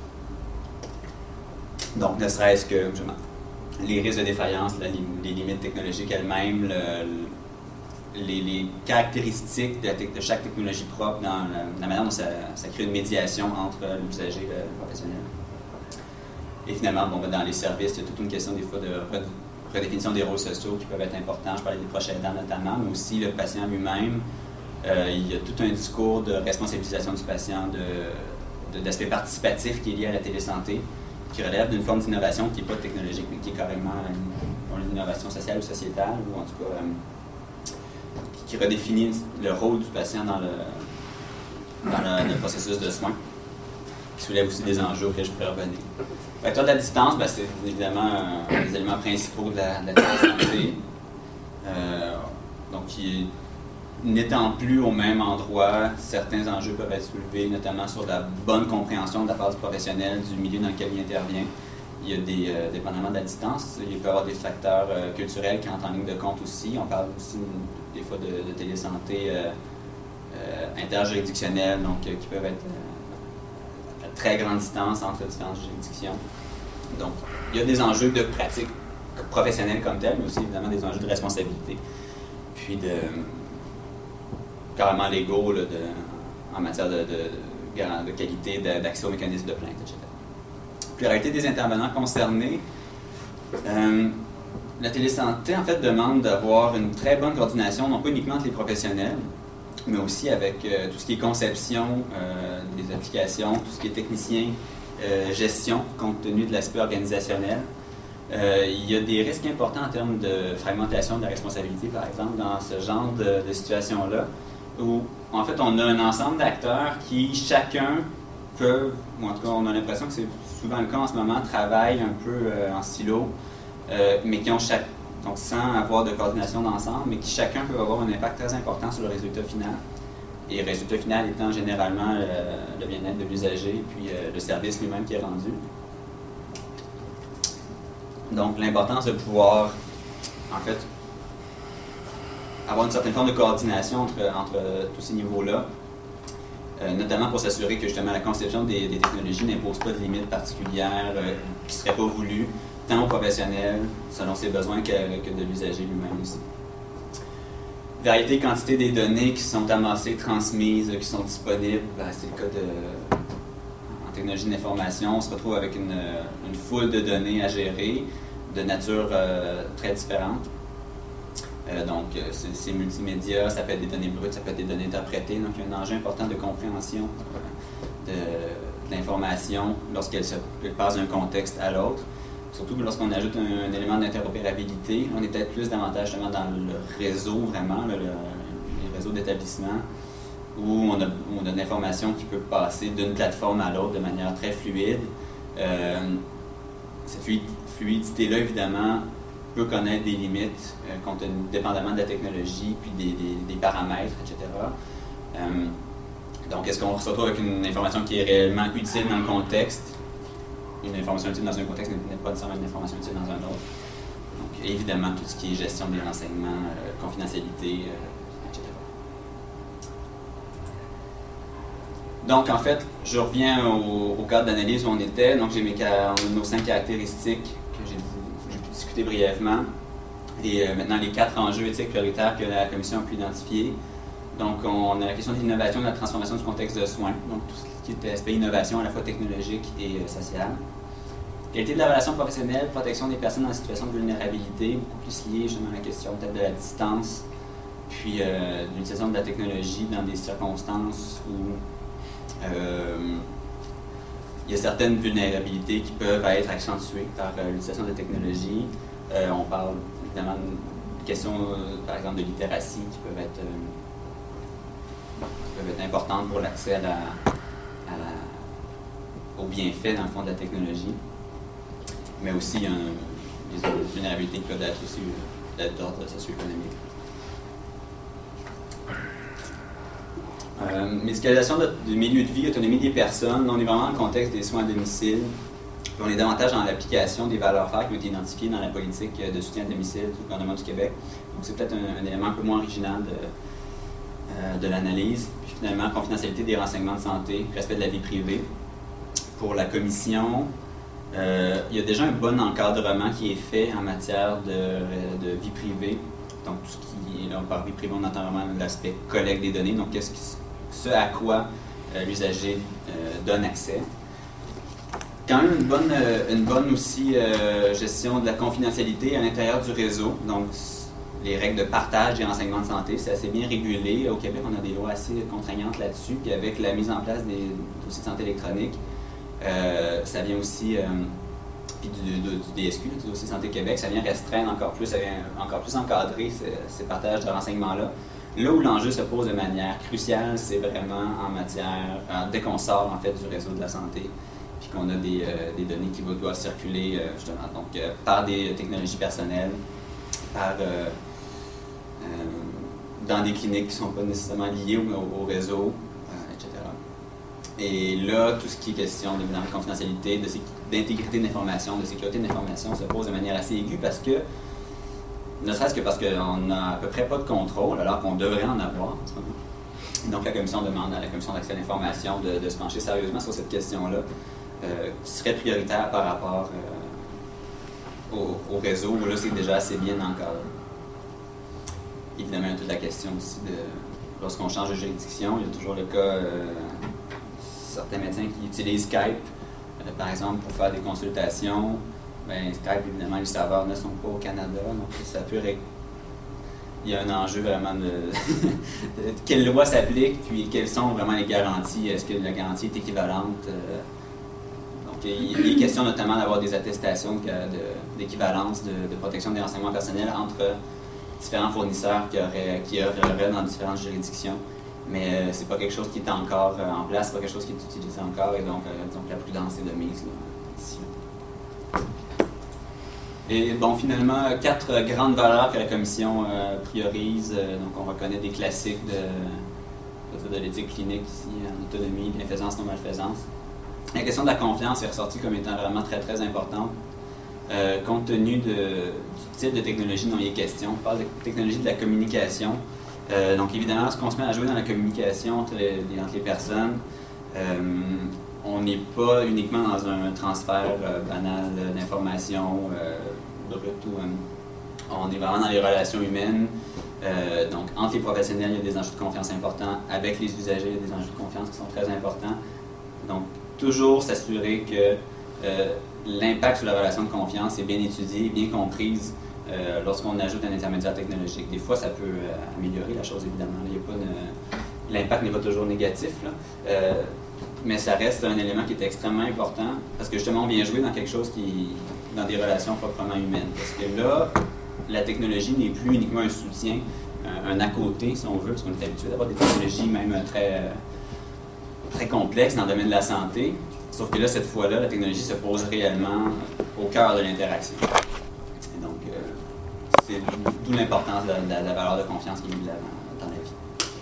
Donc, ne serait-ce que justement, les risques de défaillance, la, les limites technologiques elles-mêmes, le, les, les caractéristiques de, de chaque technologie propre dans la, la manière dont ça, ça crée une médiation entre l'usager et le professionnel. Et finalement, bon, dans les services, il y a toute une question des fois de redéfinition des rôles sociaux qui peuvent être importants. Je parlais des proches aidants notamment, mais aussi le patient lui-même. Euh, il y a tout un discours de responsabilisation du patient, de, de, d'aspect participatif qui est lié à la télésanté, qui relève d'une forme d'innovation qui n'est pas technologique, mais qui est carrément une, une innovation sociale ou sociétale, ou en tout cas euh, qui, qui redéfinit le rôle du patient dans le, dans le, le processus de soins, qui soulève aussi des enjeux auxquels je pourrais revenir. Facteur de la distance, ben, c'est évidemment un des éléments principaux de la, de la télésanté. Euh, donc, qui n'étant plus au même endroit, certains enjeux peuvent être soulevés, notamment sur la bonne compréhension de la part du professionnel du milieu dans lequel il intervient. Il y a des, euh, dépendamment de la distance, il peut y avoir des facteurs euh, culturels qui entrent en ligne de compte aussi. On parle aussi des fois de, de télésanté euh, euh, interjuridictionnelle, donc euh, qui peuvent être euh, à très grande distance entre différentes juridictions. Donc, il y a des enjeux de pratique professionnelle comme telle, mais aussi évidemment des enjeux de responsabilité, puis de carrément légaux là, de, en matière de, de, de qualité, d'accès aux mécanismes de plainte, et cetera. Pluralité des intervenants concernés. Euh, la télésanté, en fait, demande d'avoir une très bonne coordination, non pas uniquement entre les professionnels, mais aussi avec euh, tout ce qui est conception euh, des applications, tout ce qui est technicien, euh, gestion, compte tenu de l'aspect organisationnel. Euh, il y a des risques importants en termes de fragmentation de la responsabilité, par exemple, dans ce genre de, de situation-là, où, en fait, on a un ensemble d'acteurs qui, chacun, peuvent, ou en tout cas, on a l'impression que c'est souvent le cas en ce moment, travaillent un peu euh, en silo, euh, mais qui ont chaque, donc sans avoir de coordination d'ensemble, mais qui chacun peut avoir un impact très important sur le résultat final. Et le résultat final étant généralement euh, le bien-être de l'usager, puis euh, le service lui-même qui est rendu. Donc, l'importance de pouvoir, en fait, avoir une certaine forme de coordination entre, entre tous ces niveaux-là, euh, notamment pour s'assurer que justement la conception des, des technologies n'impose pas de limites particulières euh, qui ne seraient pas voulues, tant aux professionnels, selon ses besoins, que, que de l'usager lui-même aussi. Variété et quantité des données qui sont amassées, transmises, qui sont disponibles, ben, c'est le cas de... En technologie d'information, on se retrouve avec une, une foule de données à gérer, de nature euh, très différente. Euh, donc, c'est multimédia, ça peut être des données brutes, ça peut être des données interprétées. Donc, il y a un enjeu important de compréhension de, de l'information lorsqu'elle passe d'un contexte à l'autre. Surtout lorsqu'on ajoute un, un élément d'interopérabilité, on est peut-être plus davantage justement dans le réseau, vraiment, le, le, les réseaux d'établissement, où on a, on a de l'information qui peut passer d'une plateforme à l'autre de manière très fluide. Euh, cette fluidité-là, évidemment, peut connaître des limites, euh, compte tenu, dépendamment de la technologie, puis des, des, des paramètres, et cetera. Euh, donc, est-ce qu'on se retrouve avec une information qui est réellement utile dans le contexte? Une information utile dans un contexte n'est pas nécessairement une information utile dans un autre. Donc, évidemment, tout ce qui est gestion des renseignements, euh, confidentialité, euh, et cetera. Donc, en fait, je reviens au, au cadre d'analyse où on était. Donc, j'ai mes, on a nos cinq caractéristiques que j'ai pu discuter brièvement. Et euh, maintenant, les quatre enjeux éthiques prioritaires que la Commission a pu identifier. Donc, on a la question de l'innovation et de la transformation du contexte de soins. Donc, tout ce qui est aspect innovation à la fois technologique et euh, sociale. Qualité de la relation professionnelle, protection des personnes en situation de vulnérabilité, beaucoup plus lié justement à la question peut-être de la distance, puis euh, de l'utilisation de la technologie dans des circonstances où euh, il y a certaines vulnérabilités qui peuvent être accentuées par euh, l'utilisation de la technologie. Euh, on parle évidemment de questions, euh, par exemple, de littératie qui peuvent être, euh, qui peuvent être importantes pour l'accès à la, à la, aux bienfaits, dans le fond, de la technologie. Mais aussi un, des vulnérabilités qui peuvent être aussi euh, d'ordre socio-économique. Euh, médicalisation de, du milieu de vie, autonomie des personnes. On est vraiment dans le contexte des soins à domicile. Puis on est davantage dans l'application des valeurs phares qui ont été identifiées dans la politique de soutien à domicile du gouvernement du Québec. Donc c'est peut-être un, un élément un peu moins original de, euh, euh, de l'analyse. Puis finalement, confidentialité des renseignements de santé, respect de la vie privée. Pour la commission, euh, il y a déjà un bon encadrement qui est fait en matière de, de vie privée. Donc, tout ce qui est, là, par vie privée, on entend vraiment l'aspect collecte des données. Donc, qu'est-ce qui, ce à quoi euh, l'usager euh, donne accès. Quand même une bonne, euh, une bonne aussi euh, gestion de la confidentialité à l'intérieur du réseau. Donc, les règles de partage des renseignements de santé, c'est assez bien régulé. Au Québec, on a des lois assez contraignantes là-dessus. Puis avec la mise en place des dossiers de santé électronique, euh, ça vient aussi, euh, puis du, du, du D S Q, du dossier de santé Québec, ça vient restreindre encore plus, ça vient encore plus encadrer ces, ces partages de renseignements-là. Là où l'enjeu se pose de manière cruciale, c'est vraiment en matière, euh, dès qu'on sort en fait du réseau de la santé, puis qu'on a des, euh, des données qui doivent circuler euh, justement donc, euh, par des technologies personnelles, par, euh, euh, dans des cliniques qui ne sont pas nécessairement liées au, au réseau, euh, et cetera. Et là, tout ce qui est question de confidentialité, d'intégrité de l'information, de sécurité de l'information se pose de manière assez aiguë parce que, ne serait-ce que parce qu'on n'a à peu près pas de contrôle, alors qu'on devrait en avoir en ce moment. Et donc la Commission demande à la Commission d'accès à l'information de, de se pencher sérieusement sur cette question-là, euh, qui serait prioritaire par rapport euh, au, au réseau, où là c'est déjà assez bien encadré. Évidemment, il y a toute la question aussi de, lorsqu'on change de juridiction, il y a toujours le cas, euh, certains médecins qui utilisent Skype, euh, par exemple, pour faire des consultations. Bien, Skype, évidemment, les serveurs ne sont pas au Canada, donc ça peut... Ré... Il y a un enjeu vraiment de... de quelle loi s'applique, puis quelles sont vraiment les garanties. Est-ce que la garantie est équivalente? Euh... Donc, il est question notamment d'avoir des attestations d'équivalence de, de, de protection des renseignements personnels entre différents fournisseurs qui, auraient, qui œuvreraient dans différentes juridictions. Mais euh, c'est pas quelque chose qui est encore euh, en place, c'est pas quelque chose qui est utilisé encore, et donc, euh, donc la prudence est de mise là, ici. Et bon, finalement, quatre grandes valeurs que la Commission euh, priorise. Euh, donc, on reconnaît des classiques de, de l'éthique clinique ici, en autonomie, bienfaisance, non-malfaisance. La question de la confiance est ressortie comme étant vraiment très, très importante. Euh, compte tenu de, du type de technologie dont il est question, on parle de technologie de la communication. Euh, donc, évidemment, lorsqu'on se met à jouer dans la communication entre les, entre les personnes, euh, on n'est pas uniquement dans un transfert euh, banal d'informations, euh, brut ou euh, on est vraiment dans les relations humaines. Euh, donc, entre les professionnels, il y a des enjeux de confiance importants. Avec les usagers, il y a des enjeux de confiance qui sont très importants. Donc, toujours s'assurer que euh, l'impact sur la relation de confiance est bien étudié, bien comprise euh, lorsqu'on ajoute un intermédiaire technologique. Des fois, ça peut euh, améliorer la chose, évidemment. L'impact n'est pas toujours négatif, là. Euh, mais ça reste un élément qui est extrêmement important parce que justement, on vient jouer dans quelque chose qui dans des relations proprement humaines. Parce que là, la technologie n'est plus uniquement un soutien, un, un à côté, si on veut, parce qu'on est habitué d'avoir des technologies même très, très complexes dans le domaine de la santé. Sauf que là, cette fois-là, la technologie se pose réellement au cœur de l'interaction. Et donc, euh, c'est d'où l'importance de, de, de la valeur de confiance qui est mise de l'avant dans la vie.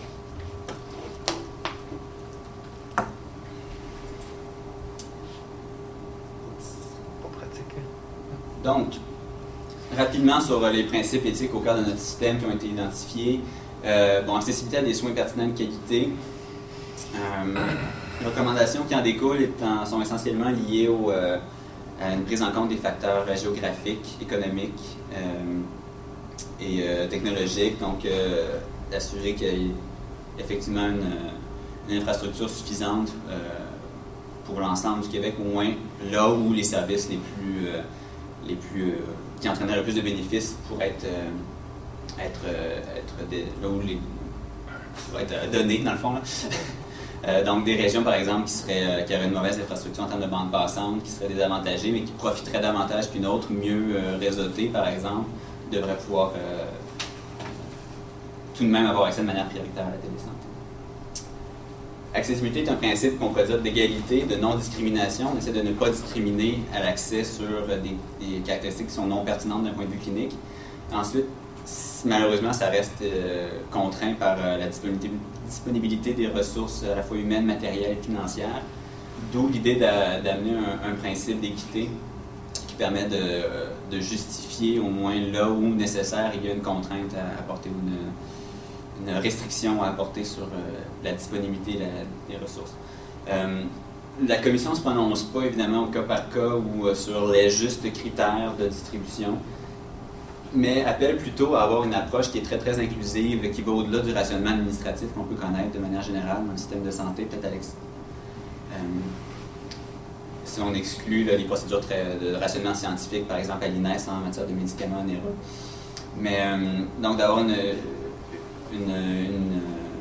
Donc, rapidement sur les principes éthiques au cœur de notre système qui ont été identifiés. Euh, bon, accessibilité à des soins pertinents de qualité. Euh, les recommandations qui en découlent étant, sont essentiellement liées au, euh, à une prise en compte des facteurs géographiques, économiques euh, et euh, technologiques. Donc, euh, d'assurer qu'il y ait effectivement une, une infrastructure suffisante euh, pour l'ensemble du Québec, au moins là où les services les plus... Euh, les plus, euh, qui entraîneraient le plus de bénéfices pour être, euh, être, euh, être de, là où les, pour être donnés, dans le fond. Là. euh, donc, des régions, par exemple, qui, seraient, euh, qui auraient une mauvaise infrastructure en termes de bande passante, qui seraient désavantagées, mais qui profiteraient davantage qu'une autre, mieux euh, réseautée, par exemple, devraient pouvoir euh, tout de même avoir accès de manière prioritaire à la télésanté. Accessibilité est un principe qu'on pourrait dire d'égalité, de non-discrimination. On essaie de ne pas discriminer à l'accès sur des, des caractéristiques qui sont non pertinentes d'un point de vue clinique. Ensuite, malheureusement, ça reste euh, contraint par euh, la disponibilité, disponibilité des ressources à la fois humaines, matérielles et financières. D'où l'idée d'amener un, un principe d'équité qui permet de, de justifier au moins là où nécessaire il y a une contrainte à apporter ou une, une restriction à apporter sur euh, la disponibilité la, des ressources. Euh, la commission ne se prononce pas évidemment au cas par cas ou euh, sur les justes critères de distribution, mais appelle plutôt à avoir une approche qui est très très inclusive, qui va au-delà du rationnement administratif qu'on peut connaître de manière générale dans le système de santé, peut-être à l'ex... Euh, si on exclut là, les procédures très, de rationnement scientifique, par exemple à l'I N E S en matière de médicaments onéreux. Mais euh, donc d'avoir une, une, une,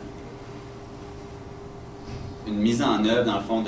une mise en œuvre, dans le fond, de,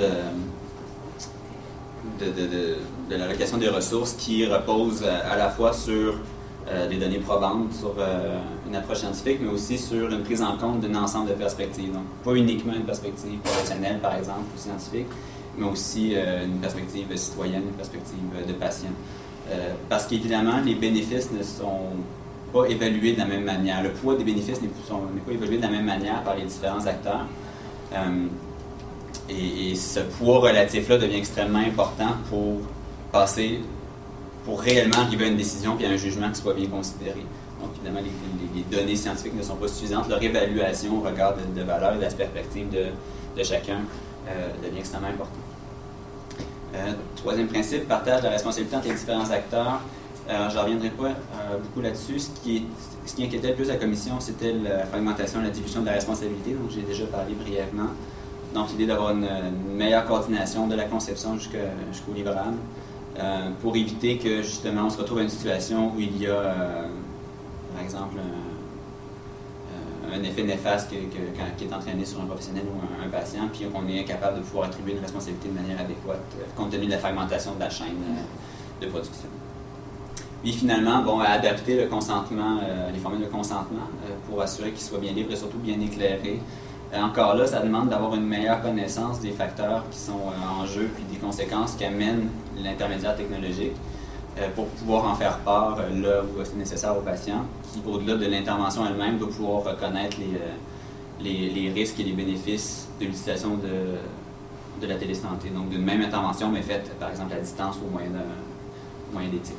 de, de, de, de l'allocation des ressources qui repose à la fois sur euh, des données probantes, sur euh, une approche scientifique, mais aussi sur une prise en compte d'un ensemble de perspectives. Donc, pas uniquement une perspective professionnelle, par exemple, ou scientifique, mais aussi euh, une perspective citoyenne, une perspective de patient. Euh, parce qu'évidemment, les bénéfices ne sont pas évalués de la même manière. Le poids des bénéfices n'est pas évalué de la même manière par les différents acteurs. Euh, et, et ce poids relatif-là devient extrêmement important pour passer, pour réellement arriver à une décision et à un jugement qui soit bien considéré. Donc, évidemment, les, les, les données scientifiques ne sont pas suffisantes. Leur évaluation au regard de, de valeur et de la perspective de, de chacun euh, devient extrêmement importante. Euh, troisième principe, partage de la responsabilité entre les différents acteurs. Euh, je ne reviendrai pas euh, beaucoup là-dessus. Ce qui, est, ce qui inquiétait le plus la commission, c'était la fragmentation, la division de la responsabilité, dont j'ai déjà parlé brièvement. Donc, l'idée d'avoir une, une meilleure coordination de la conception jusqu'au livrable, euh, pour éviter que, justement, on se retrouve à une situation où il y a, euh, par exemple, un, un effet néfaste que, que, qui est entraîné sur un professionnel ou un, un patient, puis qu'on est incapable de pouvoir attribuer une responsabilité de manière adéquate, compte tenu de la fragmentation de la chaîne euh, de production. Puis finalement, bon, adapter le consentement, euh, les formules de consentement euh, pour assurer qu'il soit bien libre et surtout bien éclairé. Euh, encore là, ça demande d'avoir une meilleure connaissance des facteurs qui sont euh, en jeu puis des conséquences qu'amène l'intermédiaire technologique euh, pour pouvoir en faire part euh, là où c'est nécessaire au patient, qui, au-delà de l'intervention elle-même, doit pouvoir reconnaître les, euh, les, les risques et les bénéfices de l'utilisation de, de la télésanté. Donc, d'une même intervention, mais faite, par exemple, à distance ou au moyen d'un moyen d'éthique.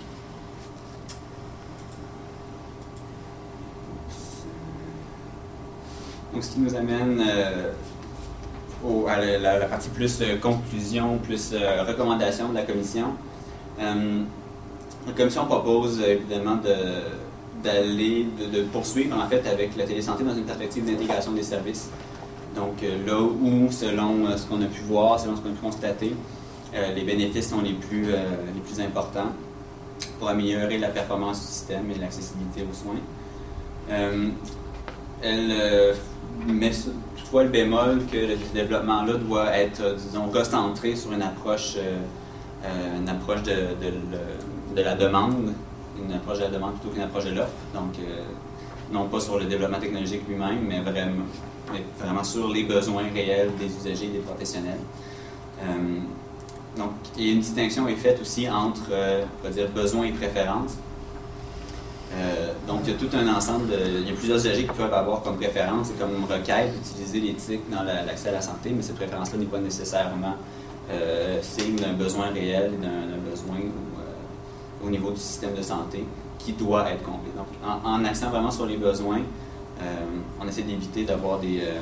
Donc, ce qui nous amène euh, au, à la, la, la partie plus euh, conclusion, plus euh, recommandation de la commission. Euh, la commission propose euh, évidemment d'aller, de, de, de poursuivre en fait avec la télésanté dans une perspective d'intégration des services. Donc, euh, là où, selon euh, ce qu'on a pu voir, selon ce qu'on a pu constater, euh, les bénéfices sont les plus, euh, les plus importants pour améliorer la performance du système et l'accessibilité aux soins. Euh, elle euh, met toutefois le bémol que le développement-là doit être, euh, disons, recentré sur une approche, euh, euh, une approche de, de, de la demande, une approche de la demande plutôt qu'une approche de l'offre. Donc, euh, non pas sur le développement technologique lui-même, mais vraiment, mais vraiment sur les besoins réels des usagers et des professionnels. Euh, donc, et une distinction est faite aussi entre, euh, on va dire, besoins et préférences. Euh, donc, il y a tout un ensemble de... Il y a plusieurs usagers qui peuvent avoir comme préférence et comme requête d'utiliser l'éthique dans la, l'accès à la santé, mais cette préférence-là n'est pas nécessairement euh, signe d'un besoin réel, d'un besoin ou, euh, au niveau du système de santé qui doit être comblé. Donc, en, en accent vraiment sur les besoins, euh, on essaie d'éviter d'avoir des euh,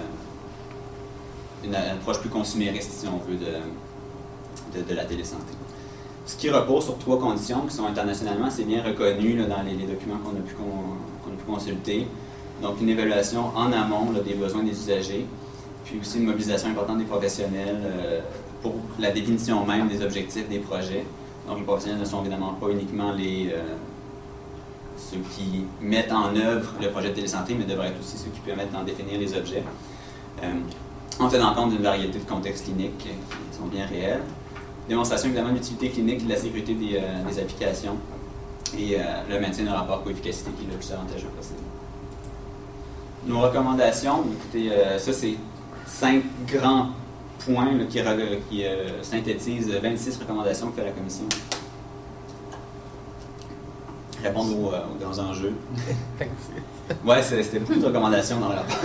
une approche plus consumériste, si on veut, de, de, de la télésanté. Ce qui repose sur trois conditions qui sont internationalement assez bien reconnues là, dans les, les documents qu'on a, pu, qu'on a pu consulter. Donc, une évaluation en amont là, des besoins des usagers, puis aussi une mobilisation importante des professionnels euh, pour la définition même des objectifs des projets. Donc, les professionnels ne sont évidemment pas uniquement les, euh, ceux qui mettent en œuvre le projet de télésanté, mais devraient être aussi ceux qui permettent d'en définir les objets. Euh, en tenant compte d'une variété de contextes cliniques qui sont bien réels. Démonstration évidemment de l'utilité clinique, de la sécurité des, euh, des applications et euh, le maintien d'un rapport coefficacité qui est le plus avantageux possible. Nos recommandations, écoutez, euh, ça c'est cinq grands points là, qui, qui euh, synthétisent vingt-six recommandations que fait la commission. Répondre aux, euh, aux grands enjeux. Ouais, c'était beaucoup de recommandations dans le rapport.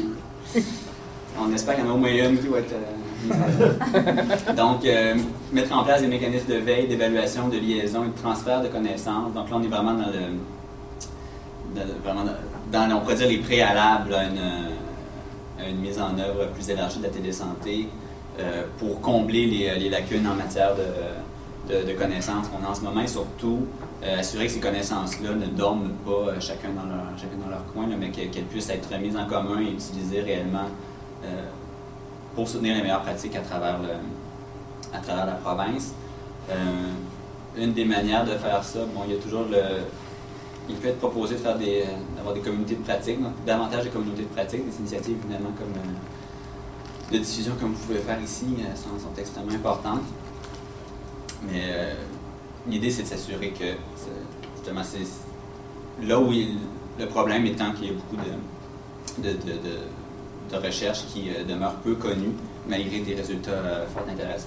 On espère qu'il y en a au moins une qui va être... Euh, donc, euh, mettre en place des mécanismes de veille, d'évaluation, de liaison et de transfert de connaissances. Donc là, on est vraiment dans le, dans, vraiment dans, dans, on pourrait dire, les préalables à une, à une mise en œuvre plus élargie de la télésanté euh, pour combler les, les lacunes en matière de, de, de connaissances qu'on a en ce moment et surtout euh, assurer que ces connaissances-là ne dorment pas euh, chacun, dans leur, chacun dans leur coin, là, mais qu'elles, qu'elles puissent être mises en commun et utilisées réellement euh, pour soutenir les meilleures pratiques à travers, le, à travers la province. Euh, une des manières de faire ça, bon, il y a toujours le... Il peut être proposé de faire des, d'avoir des communautés de pratique, donc davantage de communautés de pratique, des initiatives évidemment comme euh, de diffusion comme vous pouvez faire ici euh, sont, sont extrêmement importantes. Mais euh, l'idée c'est de s'assurer que c'est, justement c'est là où il, le problème étant qu'il y a beaucoup de, de, de, de, de recherches qui euh, demeurent peu connues malgré des résultats euh, fort intéressants.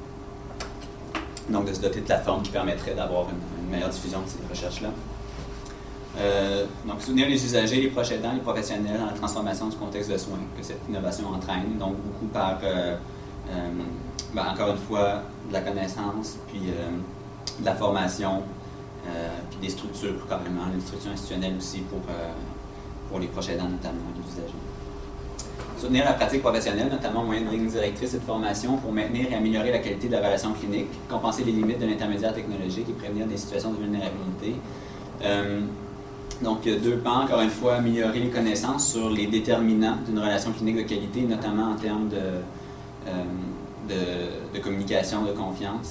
Donc de se doter de plateformes qui permettraient d'avoir une, une meilleure diffusion de ces recherches-là. Euh, donc, soutenir les usagers, les proches aidants, les professionnels dans la transformation du contexte de soins que cette innovation entraîne. Donc, beaucoup par, euh, euh, ben, encore une fois, de la connaissance, puis euh, de la formation, euh, puis des structures, carrément, des structures institutionnelles aussi pour, euh, pour les proches aidants, notamment les usagers. Soutenir la pratique professionnelle, notamment au moyen de lignes directrices et de formation pour maintenir et améliorer la qualité de la relation clinique, compenser les limites de l'intermédiaire technologique et prévenir des situations de vulnérabilité. Euh, Donc, deux pans, encore une fois, améliorer les connaissances sur les déterminants d'une relation clinique de qualité, notamment en termes de, euh, de, de communication, de confiance.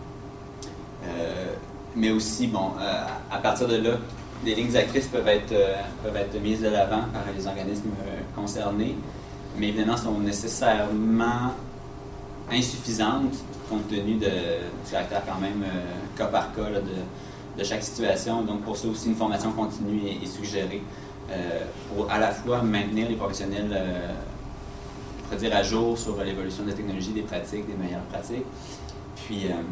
Euh, mais aussi, bon, euh, à partir de là, des lignes actrices peuvent être, euh, peuvent être mises de l'avant par les organismes euh, concernés, mais évidemment sont nécessairement insuffisantes compte tenu de, du caractère quand même euh, cas par cas là, de de chaque situation. Donc, pour ça aussi, une formation continue est, est suggérée euh, pour à la fois maintenir les professionnels, euh, on pourrait dire, à jour sur l'évolution de la technologie, des pratiques, des meilleures pratiques, puis, euh,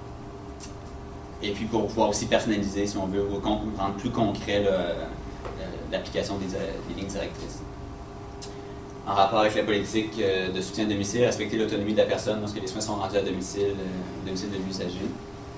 et puis pour pouvoir aussi personnaliser, si on veut, ou rendre plus concret là, euh, l'application des, des lignes directrices. En rapport avec la politique euh, de soutien à domicile, respecter l'autonomie de la personne lorsque les soins sont rendus à domicile, euh, domicile de l'usager.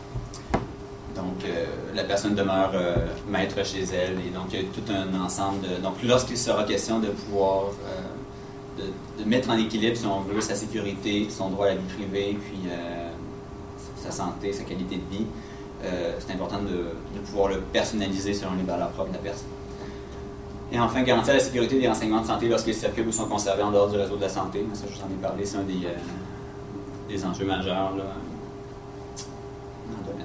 Donc, euh, la personne demeure euh, maître chez elle, et donc il y a tout un ensemble de... Donc, lorsqu'il sera question de pouvoir euh, de, de mettre en équilibre, si on veut, sa sécurité, son droit à la vie privée, puis euh, sa santé, sa qualité de vie, euh, c'est important de, de pouvoir le personnaliser selon les valeurs propres de la personne. Et enfin, garantir la sécurité des renseignements de santé lorsqu'ils circulent ou sont conservés en dehors du réseau de la santé. Ça, je vous en ai parlé, c'est un des, euh, des enjeux majeurs là, dans le domaine.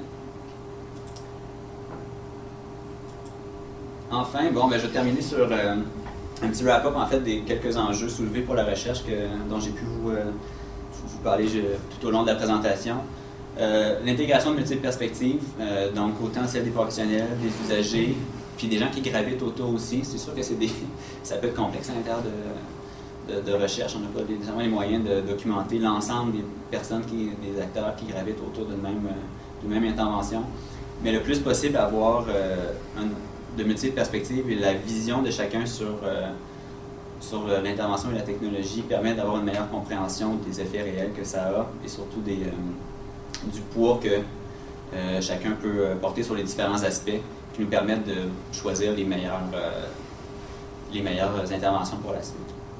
Enfin, bon, ben, je vais terminer sur euh, un petit wrap-up en fait des quelques enjeux soulevés pour la recherche que, dont j'ai pu vous, euh, vous parler je, tout au long de la présentation. Euh, l'intégration de multiples perspectives, euh, donc autant celle des professionnels, des usagers, puis des gens qui gravitent autour aussi. C'est sûr que c'est des, ça peut être complexe à l'intérieur de, de, de recherche. On n'a pas nécessairement les moyens de documenter l'ensemble des personnes, qui, des acteurs qui gravitent autour d'une même, d'une même intervention. Mais le plus possible, avoir euh, un, de multiples perspectives et la vision de chacun sur, euh, sur l'intervention et la technologie permet d'avoir une meilleure compréhension des effets réels que ça a et surtout des, euh, du poids que euh, chacun peut porter sur les différents aspects qui nous permettent de choisir les meilleures, euh, les meilleures interventions pour la suite,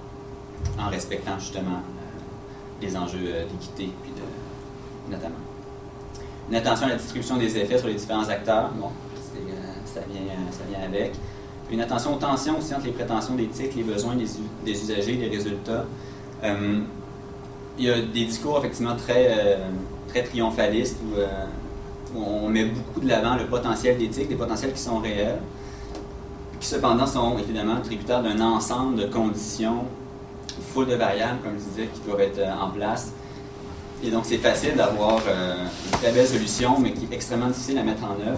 en respectant justement euh, les enjeux euh, d'équité puis de, notamment. Une attention à la distribution des effets sur les différents acteurs, bon, c'est, euh, ça, vient, ça vient avec. Puis une attention aux tensions aussi entre les prétentions d'éthique, les besoins des, des usagers, les résultats. Euh, il y a des discours effectivement très, euh, très triomphalistes où, euh, où on met beaucoup de l'avant le potentiel d'éthique, des potentiels qui sont réels, qui cependant sont évidemment tributaires d'un ensemble de conditions, foule de variables, comme je disais, qui doivent être en place. Et donc c'est facile d'avoir euh, une très belle solution, mais qui est extrêmement difficile à mettre en œuvre.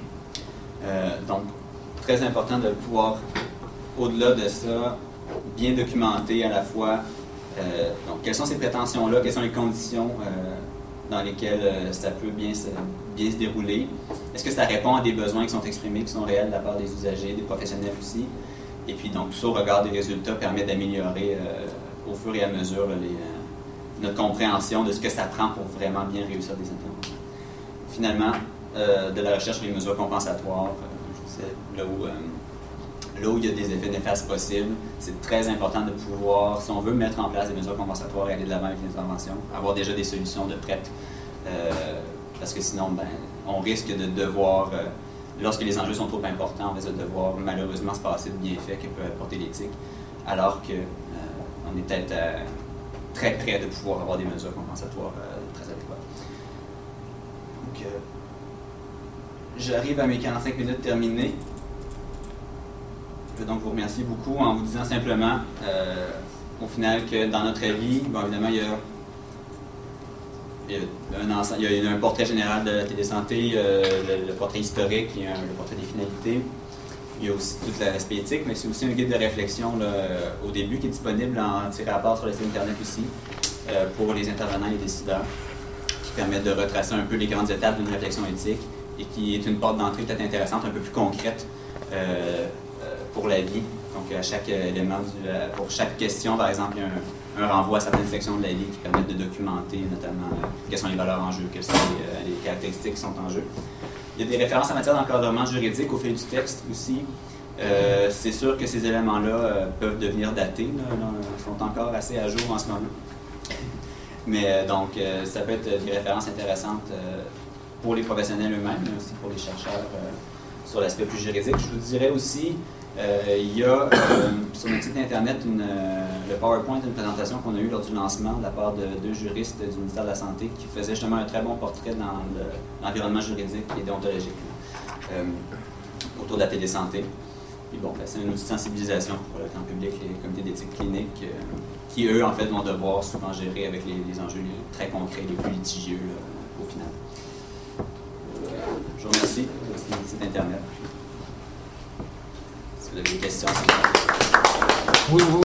Euh, donc, très important de pouvoir, au-delà de ça, bien documenter à la fois euh, donc, quelles sont ces prétentions-là, quelles sont les conditions euh, dans lesquelles euh, ça peut bien se, bien se dérouler. Est-ce que ça répond à des besoins qui sont exprimés, qui sont réels de la part des usagers, des professionnels aussi. Et puis, donc, tout ça, au regard des résultats, permet d'améliorer euh, au fur et à mesure là, les, euh, notre compréhension de ce que ça prend pour vraiment bien réussir des interventions. Finalement, euh, de la recherche sur les mesures compensatoires, euh, je sais, là où euh, là où il y a des effets néfastes possibles, c'est très important de pouvoir, si on veut mettre en place des mesures compensatoires et aller de l'avant avec l'intervention, avoir déjà des solutions de prêtes, euh, parce que sinon, ben, on risque de devoir, euh, lorsque les enjeux sont trop importants, on risque de devoir malheureusement se passer de bienfaits que peut apporter l'éthique, alors que euh, on est peut-être euh, très près de pouvoir avoir des mesures compensatoires euh, très adéquates. Donc, euh, j'arrive à mes quarante-cinq minutes terminées. Je veux donc vous remercier beaucoup en vous disant simplement, euh, au final, que dans notre avis, bon, évidemment, il y a, il y a, un, ensemble, il y a un portrait général de la télésanté, euh, le, le portrait historique, il y a un, le portrait des finalités. Il y a aussi tout l'aspect éthique, mais c'est aussi un guide de réflexion là, au début qui est disponible en tiré à part sur le site Internet aussi, euh, pour les intervenants et les décideurs, qui permet de retracer un peu les grandes étapes d'une réflexion éthique et qui est une porte d'entrée peut-être intéressante, un peu plus concrète euh, euh, pour la vie. Donc, à chaque élément, du, euh, pour chaque question, par exemple, il y a un, un renvoi à certaines sections de la vie qui permettent de documenter notamment euh, quelles sont les valeurs en jeu, quelles sont les, euh, les caractéristiques qui sont en jeu. Il y a des références en matière d'encadrement juridique au fil du texte aussi. Euh, c'est sûr que ces éléments-là euh, peuvent devenir datés, là, là, ils sont encore assez à jour en ce moment. Mais euh, donc, euh, ça peut être des références intéressantes euh, pour les professionnels eux-mêmes, mais aussi pour les chercheurs euh, sur l'aspect plus juridique. Je vous dirais aussi, euh, il y a euh, sur notre site Internet une, euh, le PowerPoint d'une présentation qu'on a eue lors du lancement de la part de deux juristes du ministère de la Santé qui faisaient justement un très bon portrait dans l'environnement juridique et déontologique euh, autour de la télésanté. Et bon, ben, c'est un outil de sensibilisation pour le grand public, les comités d'éthique clinique, euh, qui eux, en fait, vont devoir souvent gérer avec les, les enjeux les, très concrets, les plus litigieux, là, au final. Euh, je vous remercie. C'est notre site Internet. Si vous avez des questions, c'est oui, oui.